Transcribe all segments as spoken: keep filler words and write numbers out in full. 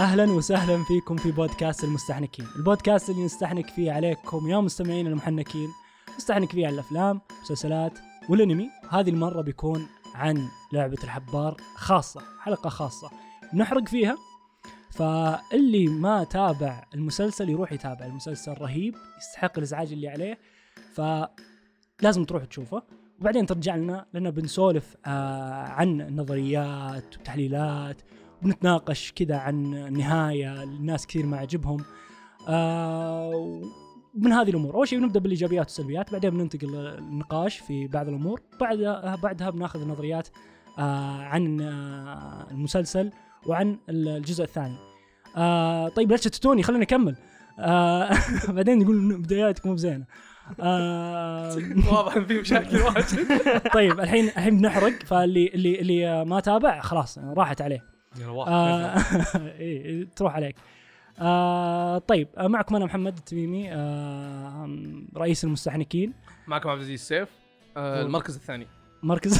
أهلا وسهلا فيكم في بودكاست المستحنكين، البودكاست اللي نستحنك فيه عليكم يا مستمعين المحنكين، نستحنك فيه على الأفلام مسلسلات والأنمي. هذه المرة بيكون عن لعبة الحبار، خاصة حلقة خاصة نحرق فيها، فاللي ما تابع المسلسل يروح يتابع المسلسل، رهيب يستحق الإزعاج اللي عليه، فلازم تروح تشوفه وبعدين ترجع لنا لأننا بنسولف آه عن النظريات والتحليلات، بنتناقش كذا عن النهاية، الناس كثير ما عجبهم آه من هذه الأمور. أول شيء بنبدأ بالإيجابيات والسلبيات، بعدين بننتقل للنقاش في بعض الأمور، بعدها بعدها بناخذ النظريات آه عن آه المسلسل وعن الجزء الثاني. آه طيب لا تشتتوني، خلينا نكمل. آه بعدين نقول بداياتكم مو بزينة. آه واضح ان في مشاكل واجد. طيب الحين الحين بنحرق، فاللي اللي اللي ما تابع خلاص راحت عليه. آه إيه تروح عليك. آه طيب معكم أنا محمد التميمي، آه رئيس المستحنكين. معكم عبد العزيز السيف، آه المركز الثاني. مركز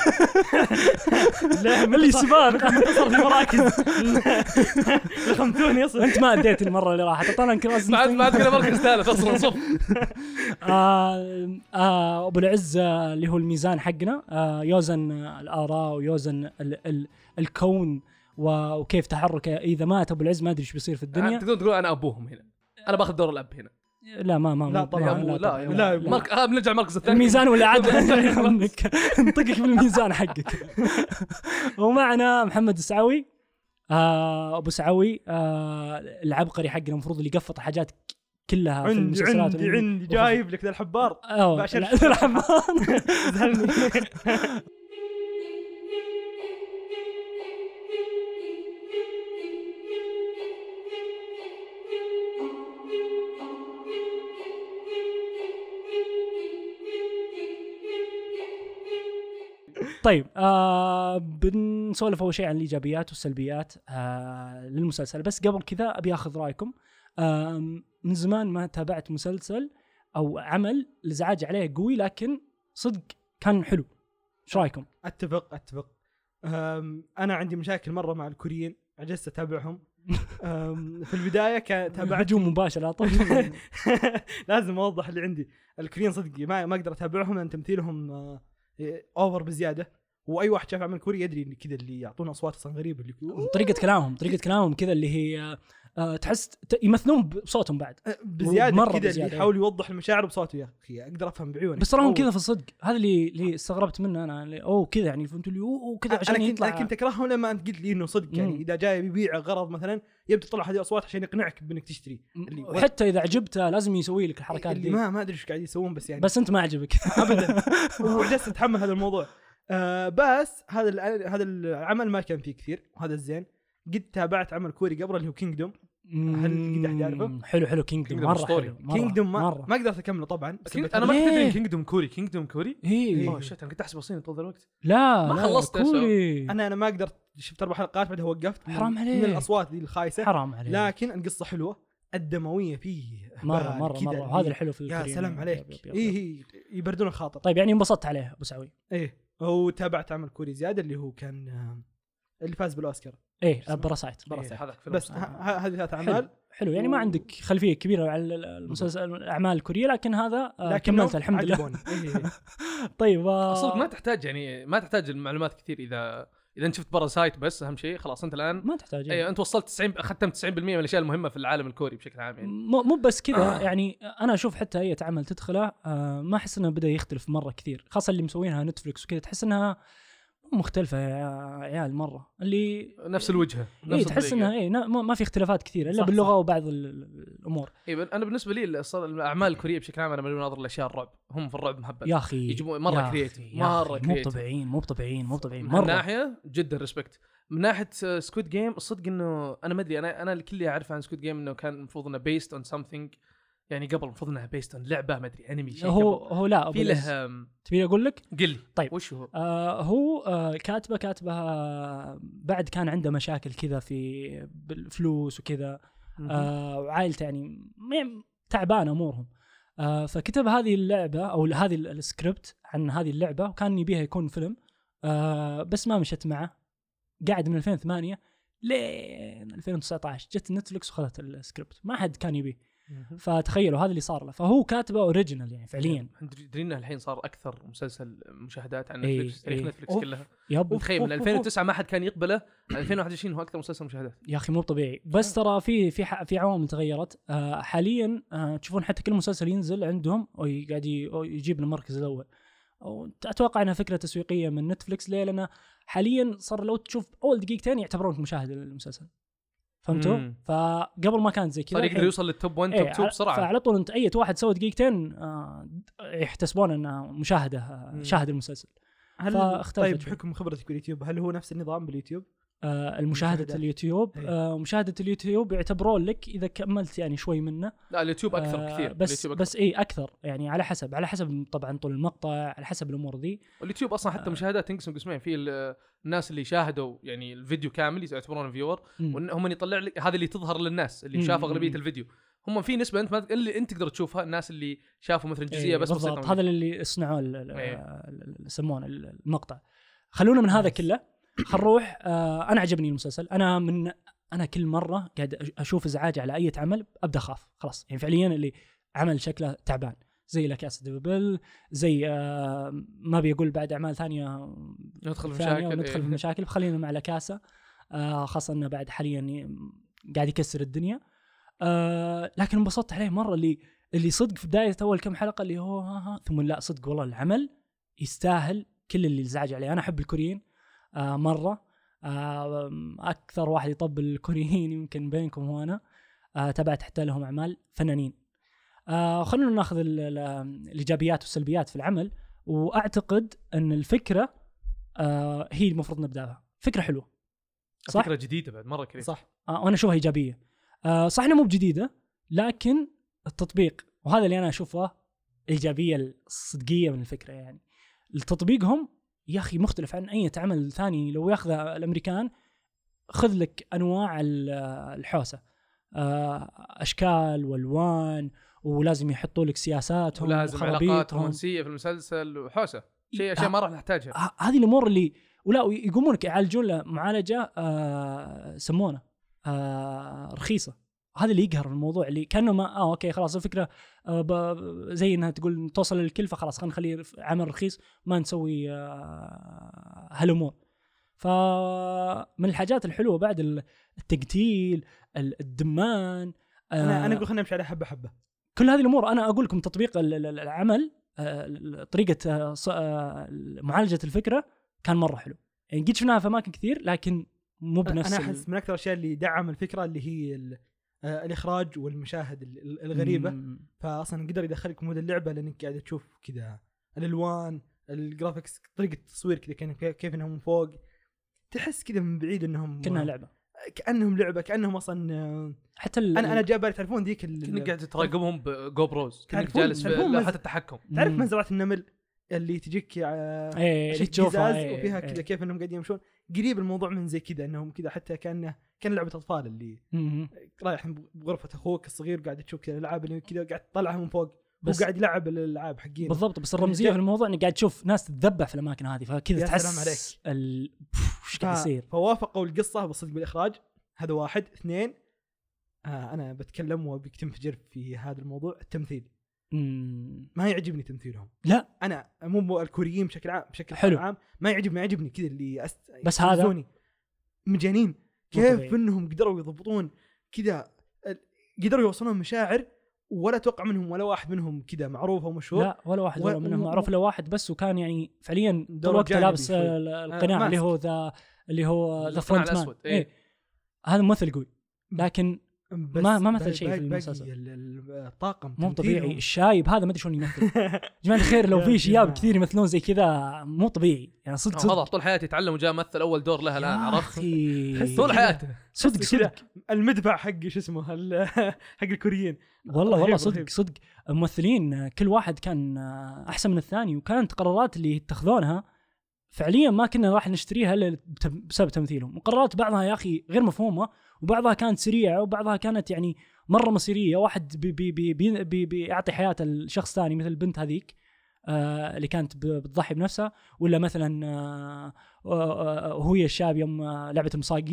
لا اللي سباق متصل في مراكز لخمتوني اصلا. انت ما اديت المره اللي راحت، طلع كراس بعد بعد كذا مركز ثالث اصلا صف. آه آه ابو العز اللي هو الميزان حقنا، آه يوزن الاراء ويوزن ال ال الكون وكيف تحركه. اذا مات ابو العز ما ادري ايش بيصير في الدنيا. تقدر تقول انا ابوهم هنا، انا باخذ دور الاب هنا. لا ما ما لا طبعا لا لا لا, لا, لا. مرك... آه بنرجع المركز الثاني. الميزان ولا عدل انك نطقك بالميزان حقك. ومعنا محمد السعوي، آه ابو سعوي، آه العبقري حقنا، المفروض اللي يقفط حاجات كلها في عندي المسلسلات. عندي عندي جايب لك ذا الحبار باشر الحبار. زهلني. طيب آه بنسولف أول شيء عن الإيجابيات والسلبيات آه للمسلسل، بس قبل كذا أبي أخذ رأيكم. آه من زمان ما تابعت مسلسل أو عمل الإزعاج عليه قوي لكن صدق كان حلو. إيش رأيكم؟ أتفق أتفق أنا عندي مشاكل مرة مع الكوريين، عجزت أتابعهم. في البداية كان تابعت هجوم مباشر طبعا. لازم أوضح اللي عندي. الكوريين صدقي ما ما أقدر أتابعهم لأن تمثيلهم آه اوفر بزياده، واي واحد شاف عمل كوري يدري ان كذا اللي يعطونا اصوات اصلا غريبه، اللي طريقه كلامهم طريقه كلامهم كذا اللي هي أه تحس يمثلون بصوتهم بعد بزياده كذا، اللي يحاول يوضح المشاعر بصوته. يا اخي اقدر افهم بعيوني، بس تراهم كذا في الصدق. هذا اللي اللي استغربت منه انا، اللي اوه كذا يعني فهمت لي اوه كذا عشان أنا يطلع. انا كنت اكرههم لما انت قلت لي انه صدق. يعني اذا جاي بيبيع غرض مثلا يبي يطلع هذه الاصوات عشان يقنعك بانك تشتري، حتى اذا عجبته لازم يسوي لك الحركات اللي دي. ما ما ادري ايش قاعد يسوون، بس يعني بس انت ما عجبك ابدا. وجلست اتحمل هذا الموضوع. آه بس هذا هذا العمل ما كان فيه كثير، وهذا الزين. قد تابعت عمل كوري قبل اللي هو كينجدوم. هل قد احد يعرفه؟ حلو حلو كينجدوم مره حلو. كينجدوم ما, ما قدرت اكمله طبعا. انا ما كنت ادري كينجدوم كوري. كينجدوم كوري ايه اوه شت، انا كنت احسبه صيني طول الوقت. لا ما خلصت كوري. انا انا ما قدرت، شفت اربع حلقات بعدها وقفت. حرام عليك من الاصوات دي الخايسه، حرام عليك. لكن القصه حلوه، الدمويه فيه مره مره مره، هذا الحلو في الكوري. يا سلام عليك. ايه يبردون الخاطر. طيب يعني انبسطت عليه ابو سعوي؟ ايه هو تابعت عمل كوري زياده اللي هو كان اللي فاز بالاوسكار. ايه براسايت براسايت إيه بس هذه ثلاث اعمال حلو. يعني ما عندك خلفيه كبيره على المسلسل الاعمال الكوريه، لكن هذا كملت الحمد لله. طيب اصلا ما تحتاج يعني ما تحتاج المعلومات كثير. اذا اذا انت شفت براسايت بس اهم شيء خلاص انت الان ما تحتاج. ايوه انت وصلت تسعين، ختمت تسعين بالمئة من الاشياء المهمه في العالم الكوري بشكل عام. يعني مو مو بس كذا آه. يعني انا اشوف حتى اي عمل تدخله آه ما احس انه بدا يختلف مره كثير، خاصه اللي مسوينها نتفليكس وكذا، تحس انها مختلفة يا عيال مرة، اللي نفس الوجهة نفس إيه تحس انها ايه ما في اختلافات كثيرة الا باللغة صح. وبعض الامور. ايه انا بالنسبة لي الاعمال الكورية بشكل عام انا من ناظر الاشياء الرعب، هم في الرعب مهبل يا اخي، يجيبوا مرة كرييتيف، مرة مو طبيعيين مو طبيعيين مو طبيعيين مرة. من ناحية جدا ريسبكت. من ناحية سكويد جيم الصدق انه انا ما ادري، انا انا الكل اللي اعرفه عن سكويد جيم انه كان المفروض انه بيست اون سمثينج، يعني قبل المفروض انها بيست اون لعبة ما ادري انمي شيء. هو قبل. هو لا في له تبي اقول لك؟ قل لي. طيب وش هو؟ آه هو آه كاتبه كاتبه آه بعد كان عنده مشاكل كذا في بالفلوس وكذا، آه وعائلته يعني تعبانه امورهم، آه فكتب هذه اللعبه او هذه السكريبت عن هذه اللعبه، وكان يبيها يكون فيلم، آه بس ما مشت معه. قاعد من ألفين وثمانية لين ألفين وتسعة عشر جت نتفلكس وخذت السكريبت، ما حد كان يبي. فتخيلوا هذا اللي صار له، فهو كاتبه اوريجينال يعني فعليا. درينا الحين صار اكثر مسلسل مشاهدات عن إيه نتفلكس تاريخ إيه. نتفلكس كلها. يب تخيل من ألفين وتسعة ما حد كان يقبله، ألفين وواحد وعشرين هو اكثر مسلسل مشاهدات. يا اخي مو طبيعي. بس ترى في في في عوامل تغيرت. آه حاليا آه تشوفون حتى كل مسلسل ينزل عندهم وقاعد يجيب المركز الاول. اتوقع انها فكره تسويقيه من نتفلكس. ليه؟ لان حاليا صار لو تشوف اول دقيقتين يعتبرونك مشاهد المسلسل، فهمتوا؟ مم. فقبل ما كانت زي كذا صار يقدر يوصل للتوب واحد توب اثنين بسرعه. فعلى طول انت اي واحد سوى دقيقتين آه يحتسبون انه مشاهده آه شاهد المسلسل. هل طيب بحكم خبرتك باليوتيوب هل هو نفس النظام باليوتيوب؟ آه المشاهدة اليوتيوب آه مشاهدة اليوتيوب يعتبرون لك إذا كملت يعني شوي منه. لا اليوتيوب أكثر آه كثير. بس اليوتيوب أكثر. بس إيه أكثر يعني على حسب على حسب طبعا طول المقطع، على حسب الأمور ذي. اليوتيوب أصلا حتى آه مشاهدات تنقسم قسمين، في الناس اللي شاهدوا يعني الفيديو كامل يعتبرون فيور، وهم يطلع لك هذا اللي تظهر للناس اللي شافوا أغلبية الفيديو. هم في نسبة أنت ما اللي أنت تقدر تشوفها، الناس اللي شافوا مثلا جزئية إيه بس بالضبط. هذا اللي صنعوا يسمونه المقطع. خلونا من هذا كله خنروح. آه انا عجبني المسلسل. انا من انا كل مره قاعد اشوف ازعاج على اي عمل ابدا اخاف خلاص يعني فعليا اللي عمل شكله تعبان زي لا كاسا دي بابل، زي آه ما بيقول بعد اعمال ثانيه ندخل في مشاكل ندخل في مشاكل خلينا مع لا كاسا آه خاصه انه بعد حاليا قاعد يكسر الدنيا. آه لكن انبسطت عليه مره اللي اللي صدق في بدايه اول كم حلقه اللي هو ها ها ثم لا صدق والله العمل يستاهل كل اللي ازعج عليه. انا احب الكوريين آه مرة آه أكثر واحد يطبل الكوريين يمكن بينكم وأنا. آه تابعت حتى لهم أعمال فنانين. آه خلونا نأخذ الإيجابيات والسلبيات في العمل، وأعتقد أن الفكرة آه هي المفروض نبدأها. فكرة حلوة صح؟ فكرة جديدة بعد مرة كريم صح. آه وأنا أشوفها إيجابية. آه صح إنها مو بجديدة لكن التطبيق، وهذا اللي أنا أشوفه إيجابية الصدقية من الفكرة. يعني التطبيقهم يا أخي مختلف عن أي عمل ثاني. لو يأخذ الأمريكان خذ لك أنواع الحوسة، أشكال والوان، ولازم يحطوا لك سياساتهم ولازم علاقات رومانسية في المسلسل وحوسة شيء أشياء ما راح نحتاجها. هذه الأمور اللي ولا يقومونك يعالجون له معالجة آه سمونه آه رخيصة. هذا اللي يقهر الموضوع اللي كأنه ما آه أوكي خلاص الفكرة آه زي إنها تقول توصل للكلفة خلاص خلينا نخليه عمل رخيص ما نسوي آه هالأمور. فمن الحاجات الحلوة بعد التقتيل الدمان آه أنا أنا أقول خلينا نمشي على حبة حبة كل هذه الأمور. أنا أقول لكم تطبيق العمل آه طريقة آه معالجة الفكرة كان مرة حلو. يعني قد شفناها في أماكن كثير لكن مو بنفس. أنا أحس من أكثر الأشياء اللي دعم الفكرة اللي هي الإخراج والمشاهد الغريبة. مم. فأصلا قدر يدخلك مود اللعبة لأنك قاعد تشوف كذا الألوان الجرافيكس طريقة التصوير كذا كيف إنهم فوق تحس كذا من بعيد إنهم كأنها لعبة كأنهم لعبة كأنهم أصلا حتى أنا أنا جاب بالي تعرفون ذيك كأنك قاعد تراقبهم بجو بروز كأنك جالس بلوحة التحكم. تعرف مزرعة النمل اللي تجيك ايه تشوفها ايه وفيها كذا كيف انهم قاعدين يمشون قريب الموضوع من زي كذا انهم كذا حتى كان كان لعبه اطفال اللي رايح بغرفه اخوك الصغير قاعد تشوف كذا الالعاب اللي كذا قاعد تطلعها من فوق بس وقاعد يلعب الالعاب حقين بالضبط. بس الرمزيه في الموضوع انك قاعد تشوف ناس تتذبح في الاماكن هذه فكذا تحس ال ايش قاعد يصير. فوافقوا القصه بالصدق بالاخراج هذا واحد. اثنين آه انا بتكلم وبيك تنفجر في هذا الموضوع التمثيل. مم. ما يعجبني تمثيلهم. لا انا مو الكوريين بشكل عام بشكل حلو. عام ما يعجبني ما يعجبني كذا اللي أست... بس هذا مجانين كيف انهم قدروا يضبطون كذا قدروا يوصلون مشاعر ولا توقع منهم ولا واحد منهم كذا معروف ومشهور. لا ولا واحد و... منهم و... معروف. لا واحد بس وكان يعني فعليا طول الوقت لابس القناع اللي هو ذا اللي هو ذا فرونت مان. ايه هذا ممثل قوي لكن ما ما مثل شيء في المسلسل. الطاقم مو طبيعي. الشايب هذا ما ادري شلون يمثل. جماعه الخير لو في شياب كثير يمثلون زي كذا مو طبيعي يعني صدق صدق. طول حياته يتعلم وجاء مثل اول دور له الان عرفت طول حياته صدق صدق المدفع حق شو اسمه حق الكوريين والله والله صدق صدق الممثلين كل واحد كان احسن من الثاني وكانت قرارات اللي يتخذونها فعليا ما كنا راح نشتريها الا بسبب تمثيلهم. وقرارات بعضها يا اخي غير مفهومه وبعضها كانت سريعه وبعضها كانت يعني مره مصيريه. واحد بي بي بي بي بي بيعطي حياه الشخص ثاني مثل البنت هذيك آه اللي كانت بتضحي بنفسها. ولا مثلا آه آه هو الشاب يوم آه لعبه المصاقيل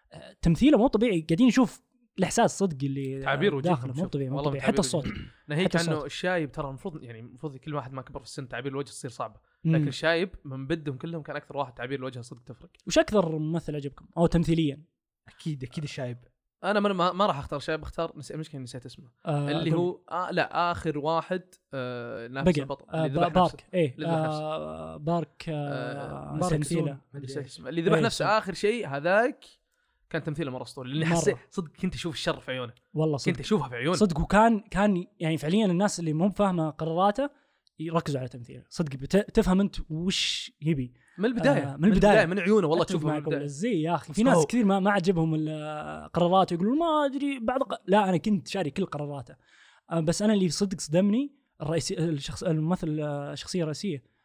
تمثيله مو طبيعي، قاعدين نشوف الاحساس صدق اللي تعبير داخله مو طبيعي مو طبيعي، حتى الصوت ناهيك عنه الشايب ترى المفروض يعني المفروض كل واحد ما كبر في السن تعبير الوجه تصير صعبه، لكن الشايب من بدهم كلهم كان اكثر واحد تعبير الوجه صدق تفرق. وش اكثر ممثل عجبكم او تمثيليا؟ اكيد اكيد الشايب. انا ما, ما راح اختار شايب، اختار مشكلة نسيت اسمه آه اللي هو آه لا اخر واحد آه نفس البطل آه اللي ذبح بارك ايه اللي آه بارك آه آه تمثيله اللي ذبح ايه نفسه اخر شيء هذاك كان تمثيله مرة اسطوري، لاني حسيت صدق كنت اشوف الشر في عيونه والله صدق كنت اشوفها في عيونه صدق، وكان كان يعني فعليا الناس اللي مو فاهمه قراراته يركزوا على تمثيله صدق، تفهم انت وش يبي من البدايه آه من البدايه من عيونه والله تشوفه من البدايه زي يا اخي. في ناس كثير ما ما عجبهم القرارات ويقولون ما ادري بعض ق... لا انا كنت شاري كل قراراته، آه بس انا اللي صدق صدمني الرئيسي الشخص الممثل الشخصيه الرئيسيه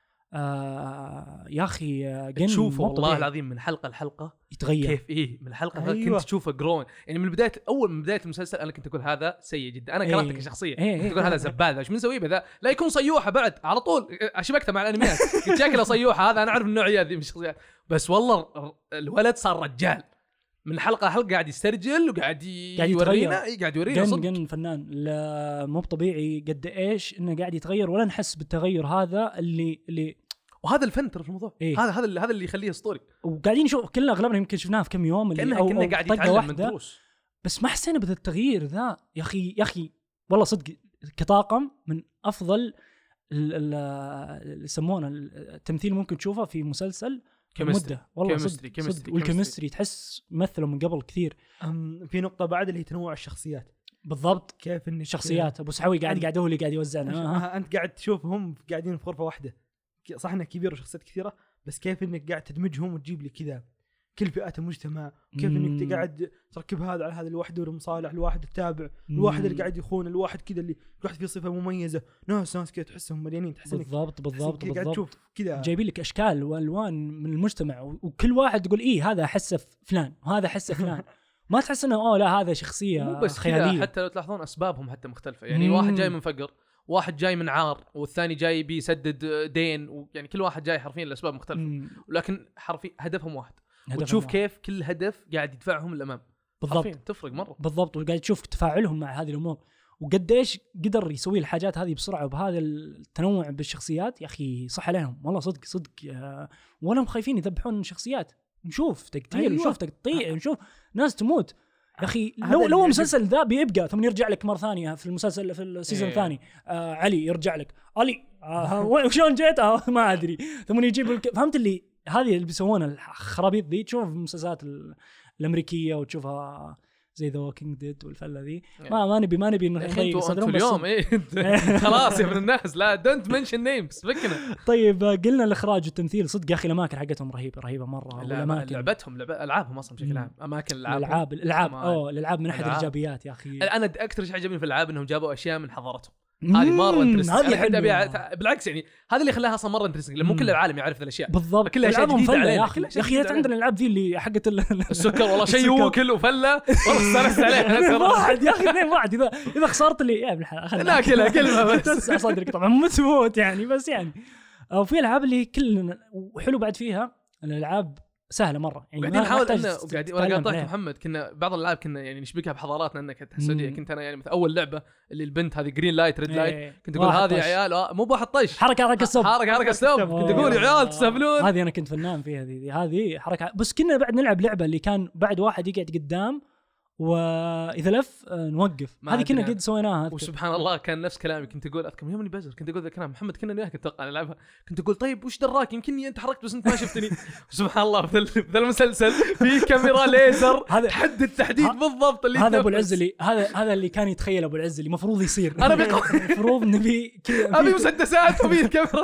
آه يا اخي تشوفه والله العظيم من حلقه لحلقه يتغير كيف ايه من حلقه أيوة. كنت تشوفه جرون يعني من بدايه اول من بدايه المسلسل انا كنت اقول هذا سيء جدا، انا كرهتك كشخصيه إيه. كنت اقول هذا زبال ايش بنسوي بذا، لا يكون صيوحه بعد على طول اشبكته مع الانميات قلت شكله صيوحه هذا انا اعرف النوعيه ذي من الشخصيات، بس والله الولد صار رجال من حلقه حلقه قاعد يسترجل وقاعد يورينا قاعد يورينا صدق جن فنان مو طبيعي قد ايش انه قاعد يتغير ولا نحس بالتغير هذا اللي اللي وهذا الفن ترى في الموضوع إيه؟ هذا هذا اللي هذا اللي يخليه اسطوري، وقاعدين نشوف كلنا اغلبنا يمكن شفناه في كم يوم اللي او كنا قاعد يتعلم من دروس، بس ما حسينا بهذا التغيير ذا يا اخي يا اخي والله صدق كطاقم من افضل اللي يسمونه التمثيل ممكن تشوفه في مسلسل كمدة والله كيمستري صدق, كيمستري صدق والكيمستري تحس مثلوا من قبل كثير. في نقطة بعد اللي هي تنوع الشخصيات بالضبط، كيف ان الشخصيات ابو سحوي قاعد قاعد هو اللي قاعد يوزعنا آه. انت قاعد تشوفهم قاعدين في غرفة واحدة صح انه كبير وشخصيات كثيرة، بس كيف انك قاعد تدمجهم وتجيب لي كذا كل فئات المجتمع، كيف انك قاعد تركب هذا على هذا لوحده والمصالح الواحد التابع الواحد اللي قاعد يخون الواحد كذا اللي الواحد فيه صفة مميزة، ناس ناس كذا تحسهم مليانين تحس بالضبط بالضبط قاعد تشوف كذا جايبين لك اشكال والوان من المجتمع وكل واحد تقول ايه هذا احسه فلان وهذا احسه فلان ما تحس انه اوه لا هذا شخصيه مو بس خياليه، حتى لو تلاحظون اسبابهم حتى مختلفه يعني مم. واحد جاي من فقر واحد جاي من عار والثاني جاي بيسدد دين، ويعني كل واحد جاي حرفيا الاسباب مختلفه مم. ولكن حرفيا هدفهم واحد هدف وتشوف واحد. كيف كل هدف قاعد يدفعهم للامام بالضبط تفرق مره بالضبط، وقاعد تشوف تفاعلهم مع هذه الامور وقديش قدر يسوي الحاجات هذه بسرعه وبهذا التنوع بالشخصيات يا اخي صح عليهم والله صدق صدق ولا خايفين يذبحون شخصيات، نشوف تقتيل أيوة. نشوف تقطيع نشوف ناس تموت يا اخي. لو لو المسلسل ذا بيبقى ثم يرجع لك مره ثانيه في المسلسل في السيزون الثاني إيه. آه علي يرجع لك علي آه وشلون جيت آه ما ادري ثم يجيب الك... فهمت اللي هذه اللي بيسوونها الخرابيط ذي تشوف المسلسلات الامريكيه وتشوفها زي ذا ووكينج ديد والفله ذي ما ما نبي ما نبي نضيق صدرهم بس اليوم ايه خلاص يا ابن الناس لا دونت منشن نيمز فكنا. طيب قلنا الاخراج والتمثيل صدق يا اخي الاماكن حقتهم رهيبه رهيبه مره، والاماكن لعبتهم لعب العابهم اصلا بشكل عام اماكن الالعاب الالعاب الالعاب اوه الالعاب من احد الايجابيات يا اخي. انا اكثر شيء عجبني في الالعاب انهم جابوا اشياء من حضارتهم هذه مره انترستنج بالعكس يعني هذا اللي خلاها اصلا مره انترستنج لما كل العالم يعرف ذا الاشياء بالضبط كل اشياء جديده علينا يا اخي يا اخي عندنا الالعاب ذي اللي حقت السكر والله شيء وكل وفله والله استانست عليه واحد يا اخي اثنين واحد اذا اذا خسرت اللي يا ابن الحلال لا كلها كلمه بس صدرك طبعا مو تموت يعني بس يعني او في العاب اللي كل وحلو بعد فيها الالعاب سهله مره يعني قاعدين نحاول انه قاعدين وانا قاطعك محمد كنا بعض الالعاب كنا يعني نشبكها بحضاراتنا انك السعوديه كنت انا يعني مثل اول لعبه اللي البنت هذه جرين لايت ريد لايت كنت اقول هذه يا عيال آه مو بواحد طش حركه حركه السب حركه حركه السب كنت اقول يا عيال تستهبلون هذه انا كنت فنان فيها هذه هذه حركه بس كنا بعد نلعب لعبه اللي كان بعد واحد يقعد قدام واذا لف نوقف هذه كنا قد سويناها وسبحان الله كان نفس كلامي كنت اقول اذكر يوم اني بزر كنت اقول ذا كلام محمد كنا وياك اتوقع نلعبها كنت اقول طيب وش دراك يمكنني انت حركت بس انت ما شفتني سبحان الله في ذا المسلسل في كاميرا ليزر تحدد التحديد بالضبط اللي هذا ابو العز اللي هذا هذا اللي كان يتخيل ابو العز اللي المفروض يصير انا المفروض نبي ابي مسدسات وابي الكاميرا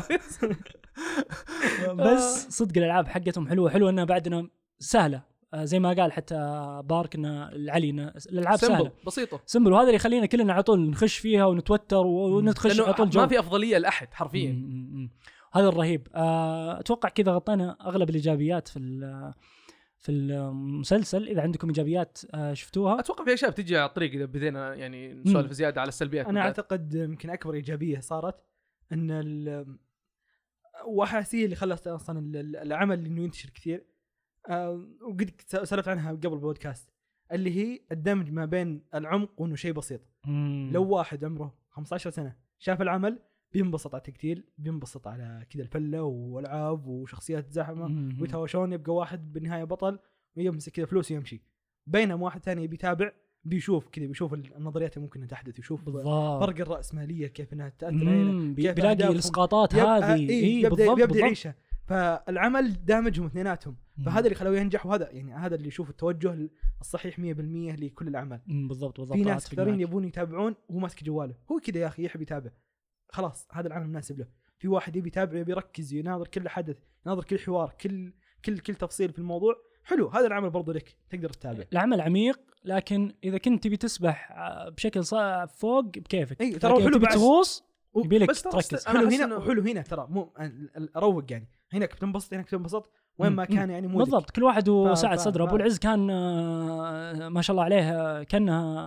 بس صدق الالعاب حقتهم حلوه حلوه انها بعدنا سهله زي ما قال حتى بارك ان العلي الالعاب سهله بسيطه سمبل وهذا اللي يخلينا كلنا على طول نخش فيها ونتوتر وندخل على طول جو ما في افضليه لاحد حرفيا مم. هذا الرهيب اتوقع كذا غطينا اغلب الايجابيات في في المسلسل. اذا عندكم ايجابيات شفتوها اتوقع في اشياء بتجي على الطريق اذا بدينا يعني نسولف زياده على السلبيات. انا اعتقد يمكن اكبر ايجابيه صارت ان وحاسيه اللي خلص اصلا العمل انه ينتشر كثير آه وقد سالفت عنها قبل بودكاست، اللي هي الدمج ما بين العمق وانه شيء بسيط. مم. لو واحد عمره خمسة عشر سنه شاف العمل بينبسط على التكتيل، بينبسط على كذا الفله والعاب وشخصيات زحمه ويتهاوشون، يبقى واحد بالنهايه بطل ويمسك كذا فلوس ويمشي. بينما واحد ثاني بيتابع بيشوف كذا، بيشوف النظريات اللي ممكن أن تحدث، يشوف بالضبط. فرق الرأسمالية كيف انها تأثر علينا، كيف بيلاقي الاسقاطات هذه. إيه إيه يبدأ, بالضبط يبدأ يعيشها. فالعمل دامجهم اثنيناتهم، فهذا اللي خلوه ينجح، وهذا يعني هذا اللي يشوف التوجه الصحيح مية بالمية لكل الأعمال. بالضبط بالضبط. في ناس كثيرين يبون يتابعون وهو ماسك جواله، هو كذا يا أخي يحب يتابع، خلاص هذا العمل مناسب له. في واحد يبي يتابع، يبي يركز، يناظر كل حدث، يناظر كل حوار، كل كل كل تفصيل في الموضوع. حلو، هذا العمل برضو لك تقدر تتابع. العمل عميق، لكن اذا كنت تبي تسبح بشكل فوق بكيفك. اي ترى حلو، تبي تغوص يبي لك بس تركز. حلو هنا وحلو هنا، ترى مو اروق يعني، هناك بتنبسط هناك بتنبسط وين ما كان يعني مو بالضبط. كل واحد وسعة ف... صدره. ابو العز كان ما شاء الله عليه، كان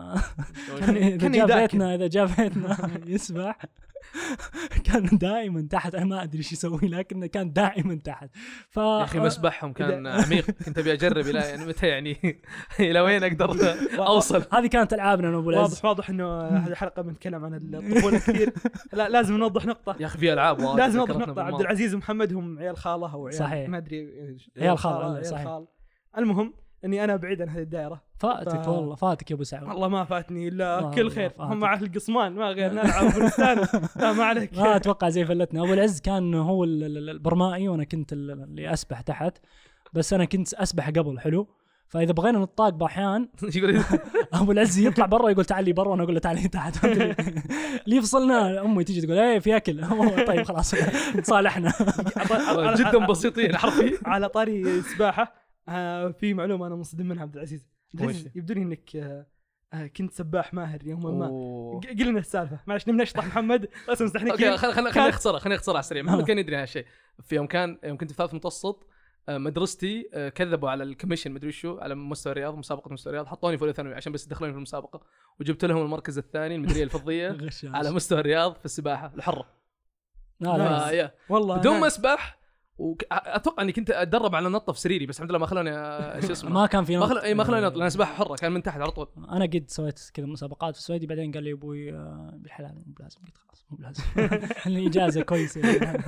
اذا جاء بيتنا اذا جاء بيتنا يسبح كان دائما تحت. انا ما ادري ايش يسوي، لكنه كان دائما تحت. ف يا اخي مسبحهم كان عميق، كنت ابي اجرب الى يعني متى يعني الى وين اقدر اوصل. هذه كانت العابنا انا ابو العز. واضح واضح انه هذه الحلقه بنتكلم عن الطفوله كثير. لا لازم نوضح نقطه يا اخي، في العاب لازم نوضح نقطه. عبد العزيز ومحمد هم عيال خاله او عيال ما ادري، عيال خاله صحيح. المهم اني انا بعيد عن هذه الدائره. فاتك ف... والله فاتك يا ابو سعود. والله ما فاتني الا كل خير. هم مع القصمان ما غير نلعب فلسطين. لا ما عليك. ما اتوقع زي فلتنا. ابو العز كان هو البرمائي وانا كنت اللي اسبح تحت، بس انا كنت اسبح قبل. حلو. فاذا بغينا نطاق باحيان ابو العز يطلع برا يقول تعال لي برا، وانا اقول له تعال لي تحت. اللي يفصلنا امي تيجي تقول ايه في اكل. طيب خلاص صالحنا. جدا بسيطين حرفيا. على طاري سباحه، آه في معلومه انا منصدم منها عبد العزيز. يبدو لي انك آه كنت سباح ماهر يوما ما. قل لنا السالفه. معلش نبي نشطح محمد بس مستحنك. اوكي خلينا خلينا نختصرها خلينا نختصرها على السريع. محمد كان يدري هالشيء. في يوم كان يوم كنت في ثالث متوسط، مدرستي كذبوا على الكوميشن مدري شو، على مستوى الرياض، مسابقه مستوى الرياض، حطوني في الثانوي عشان بس يدخلوني في المسابقه، وجبت لهم المركز الثاني الميداليه الفضيه على مستوى الرياض في السباحه الحره. لا لا والله بدون ما اسبح. واتوقع اني كنت اتدرب على نطه في سريري، بس الحمد لله ما خلوني شو اسمه ما كان في نط. ما خلوني ما خلوني نط، انا سباحه حره كان من تحت على طول. انا قد سويت كذا مسابقات في السويدي، بعدين قال لي ابوي بالحلال مو بلازم. قلت خلاص مو بلازم. الاجازه كويسه.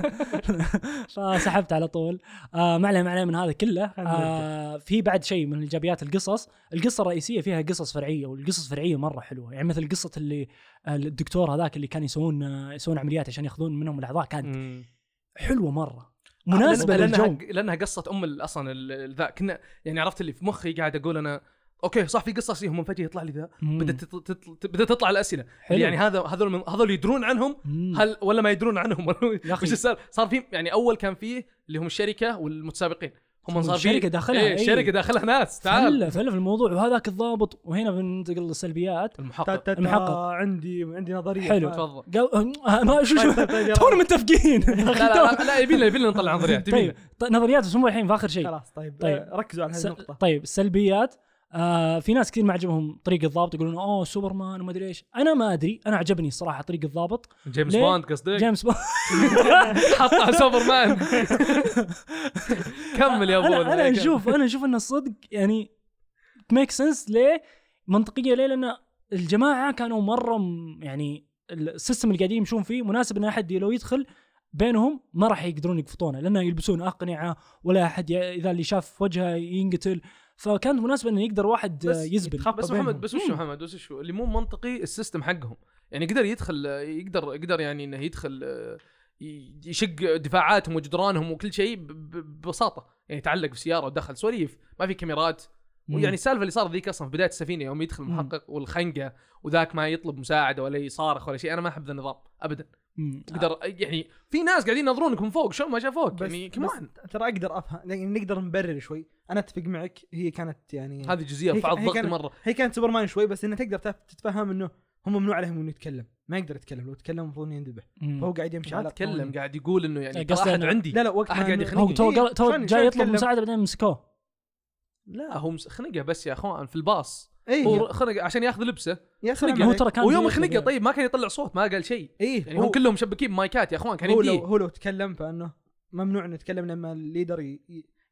فسحبت على طول. آه ما عليه ما عليه من هذا كله. آه في بعد شيء من ايجابيات القصص. القصه الرئيسيه فيها قصص فرعيه، والقصص الفرعيه مره حلوه. يعني مثل قصه اللي الدكتور هذاك اللي كان يسوون يسوون عمليات عشان ياخذون منهم الاعضاء، كانت حلوه مره، مناسبه للجو، لانها قصه ام اصلا ذا. كنا يعني عرفت اللي في مخي قاعد اقول انا اوكي صح في قصص فيهم، فجاه يطلع لي ذا، بدات بدات تطلع الاسئله يعني هذا هذول هذول يدرون عنهم مم. هل ولا ما يدرون عنهم؟ وش السالفه؟ صار في يعني اول كان فيه اللي هم الشركه والمتسابقين، هم صار في الشركه داخلها ايه الشركه داخلها ناس تعال فل في الموضوع، وهذاك الضابط. وهنا بننتقل للسلبيات. المحقق المحقق عندي عندي نظريه حلو. تفضل. ما شو شو تونا متفقين. لا لا يبي لنا يبي لنا نطلع نظريات. طيب نظريات بس مو الحين في اخر شيء. خلاص طيب, طيب. ركزوا على هذه النقطه. طيب السلبيات. آه في ناس كثير ما عجبهم طريقة الضابط، يقولون اوه سوبرمان وما ادري ايش. انا ما ادري، انا عجبني الصراحه طريقة الضابط. جيمس بوند قصدك؟ جيمس بوند حط على سوبرمان. كمل يا ابو. انا, أنا اشوف انا اشوف ان الصدق يعني ميك سنس. ليه منطقيه؟ ليه؟ لان الجماعه كانوا مره يعني السيستم اللي قاعدين يمشون فيه مناسب ان احد لو يدخل بينهم ما راح يقدرون يقفطونه، لانه يلبسون اقنعه ولا احد اذا اللي شاف وجهه ينقتل. فكانت مناسبه انه يقدر واحد يزبل. بس محمد بس وش محمد بس وش اللي مو منطقي السيستم حقهم. يعني يقدر يدخل يقدر يقدر يعني انه يدخل يشق دفاعاتهم وجدرانهم وكل شيء ببساطه. يعني يتعلق في سياره ودخل سواليف، ما في كاميرات. ويعني السالفه اللي صار ذيك اصلا في بدايه السفينه يوم يدخل المحقق والخنقه وذاك ما يطلب مساعده ولا يصارخ ولا شيء. انا ما احب ذا النظام ابدا. تقدر يعني في ناس قاعدين ينظرونك من فوق شو ما شافوك يعني كمان. ترى اقدر افهم يعني نقدر نبرر شوي. انا اتفق معك، هي كانت يعني هذه جزئيه فعل ضغط مره. هي كانت سوبرمان شوي، بس انه تقدر تتفهم انه هم ممنوع عليهم انه يتكلم، ما يقدر يتكلم. لو تكلم المفروض ينذبح. فهو قاعد يمشي على يتكلم، قاعد يقول انه يعني احد عندي. لا لا وقت احد قاعد يخنقني. تو تو جاي يطلب مساعده بعدين مسكوه. لا هو خنقه بس يا اخوان في الباص. إيه هو خنقه عشان ياخذ لبسه. خنقه هو ترى كان ويوم خنقه طيب ما كان يطلع صوت، ما قال شيء. إيه يعني هم كلهم مشبكين بمايكات يا اخوان. كان هو يديه لو هو لو تكلم فانه ممنوع انه يتكلم لما الليدر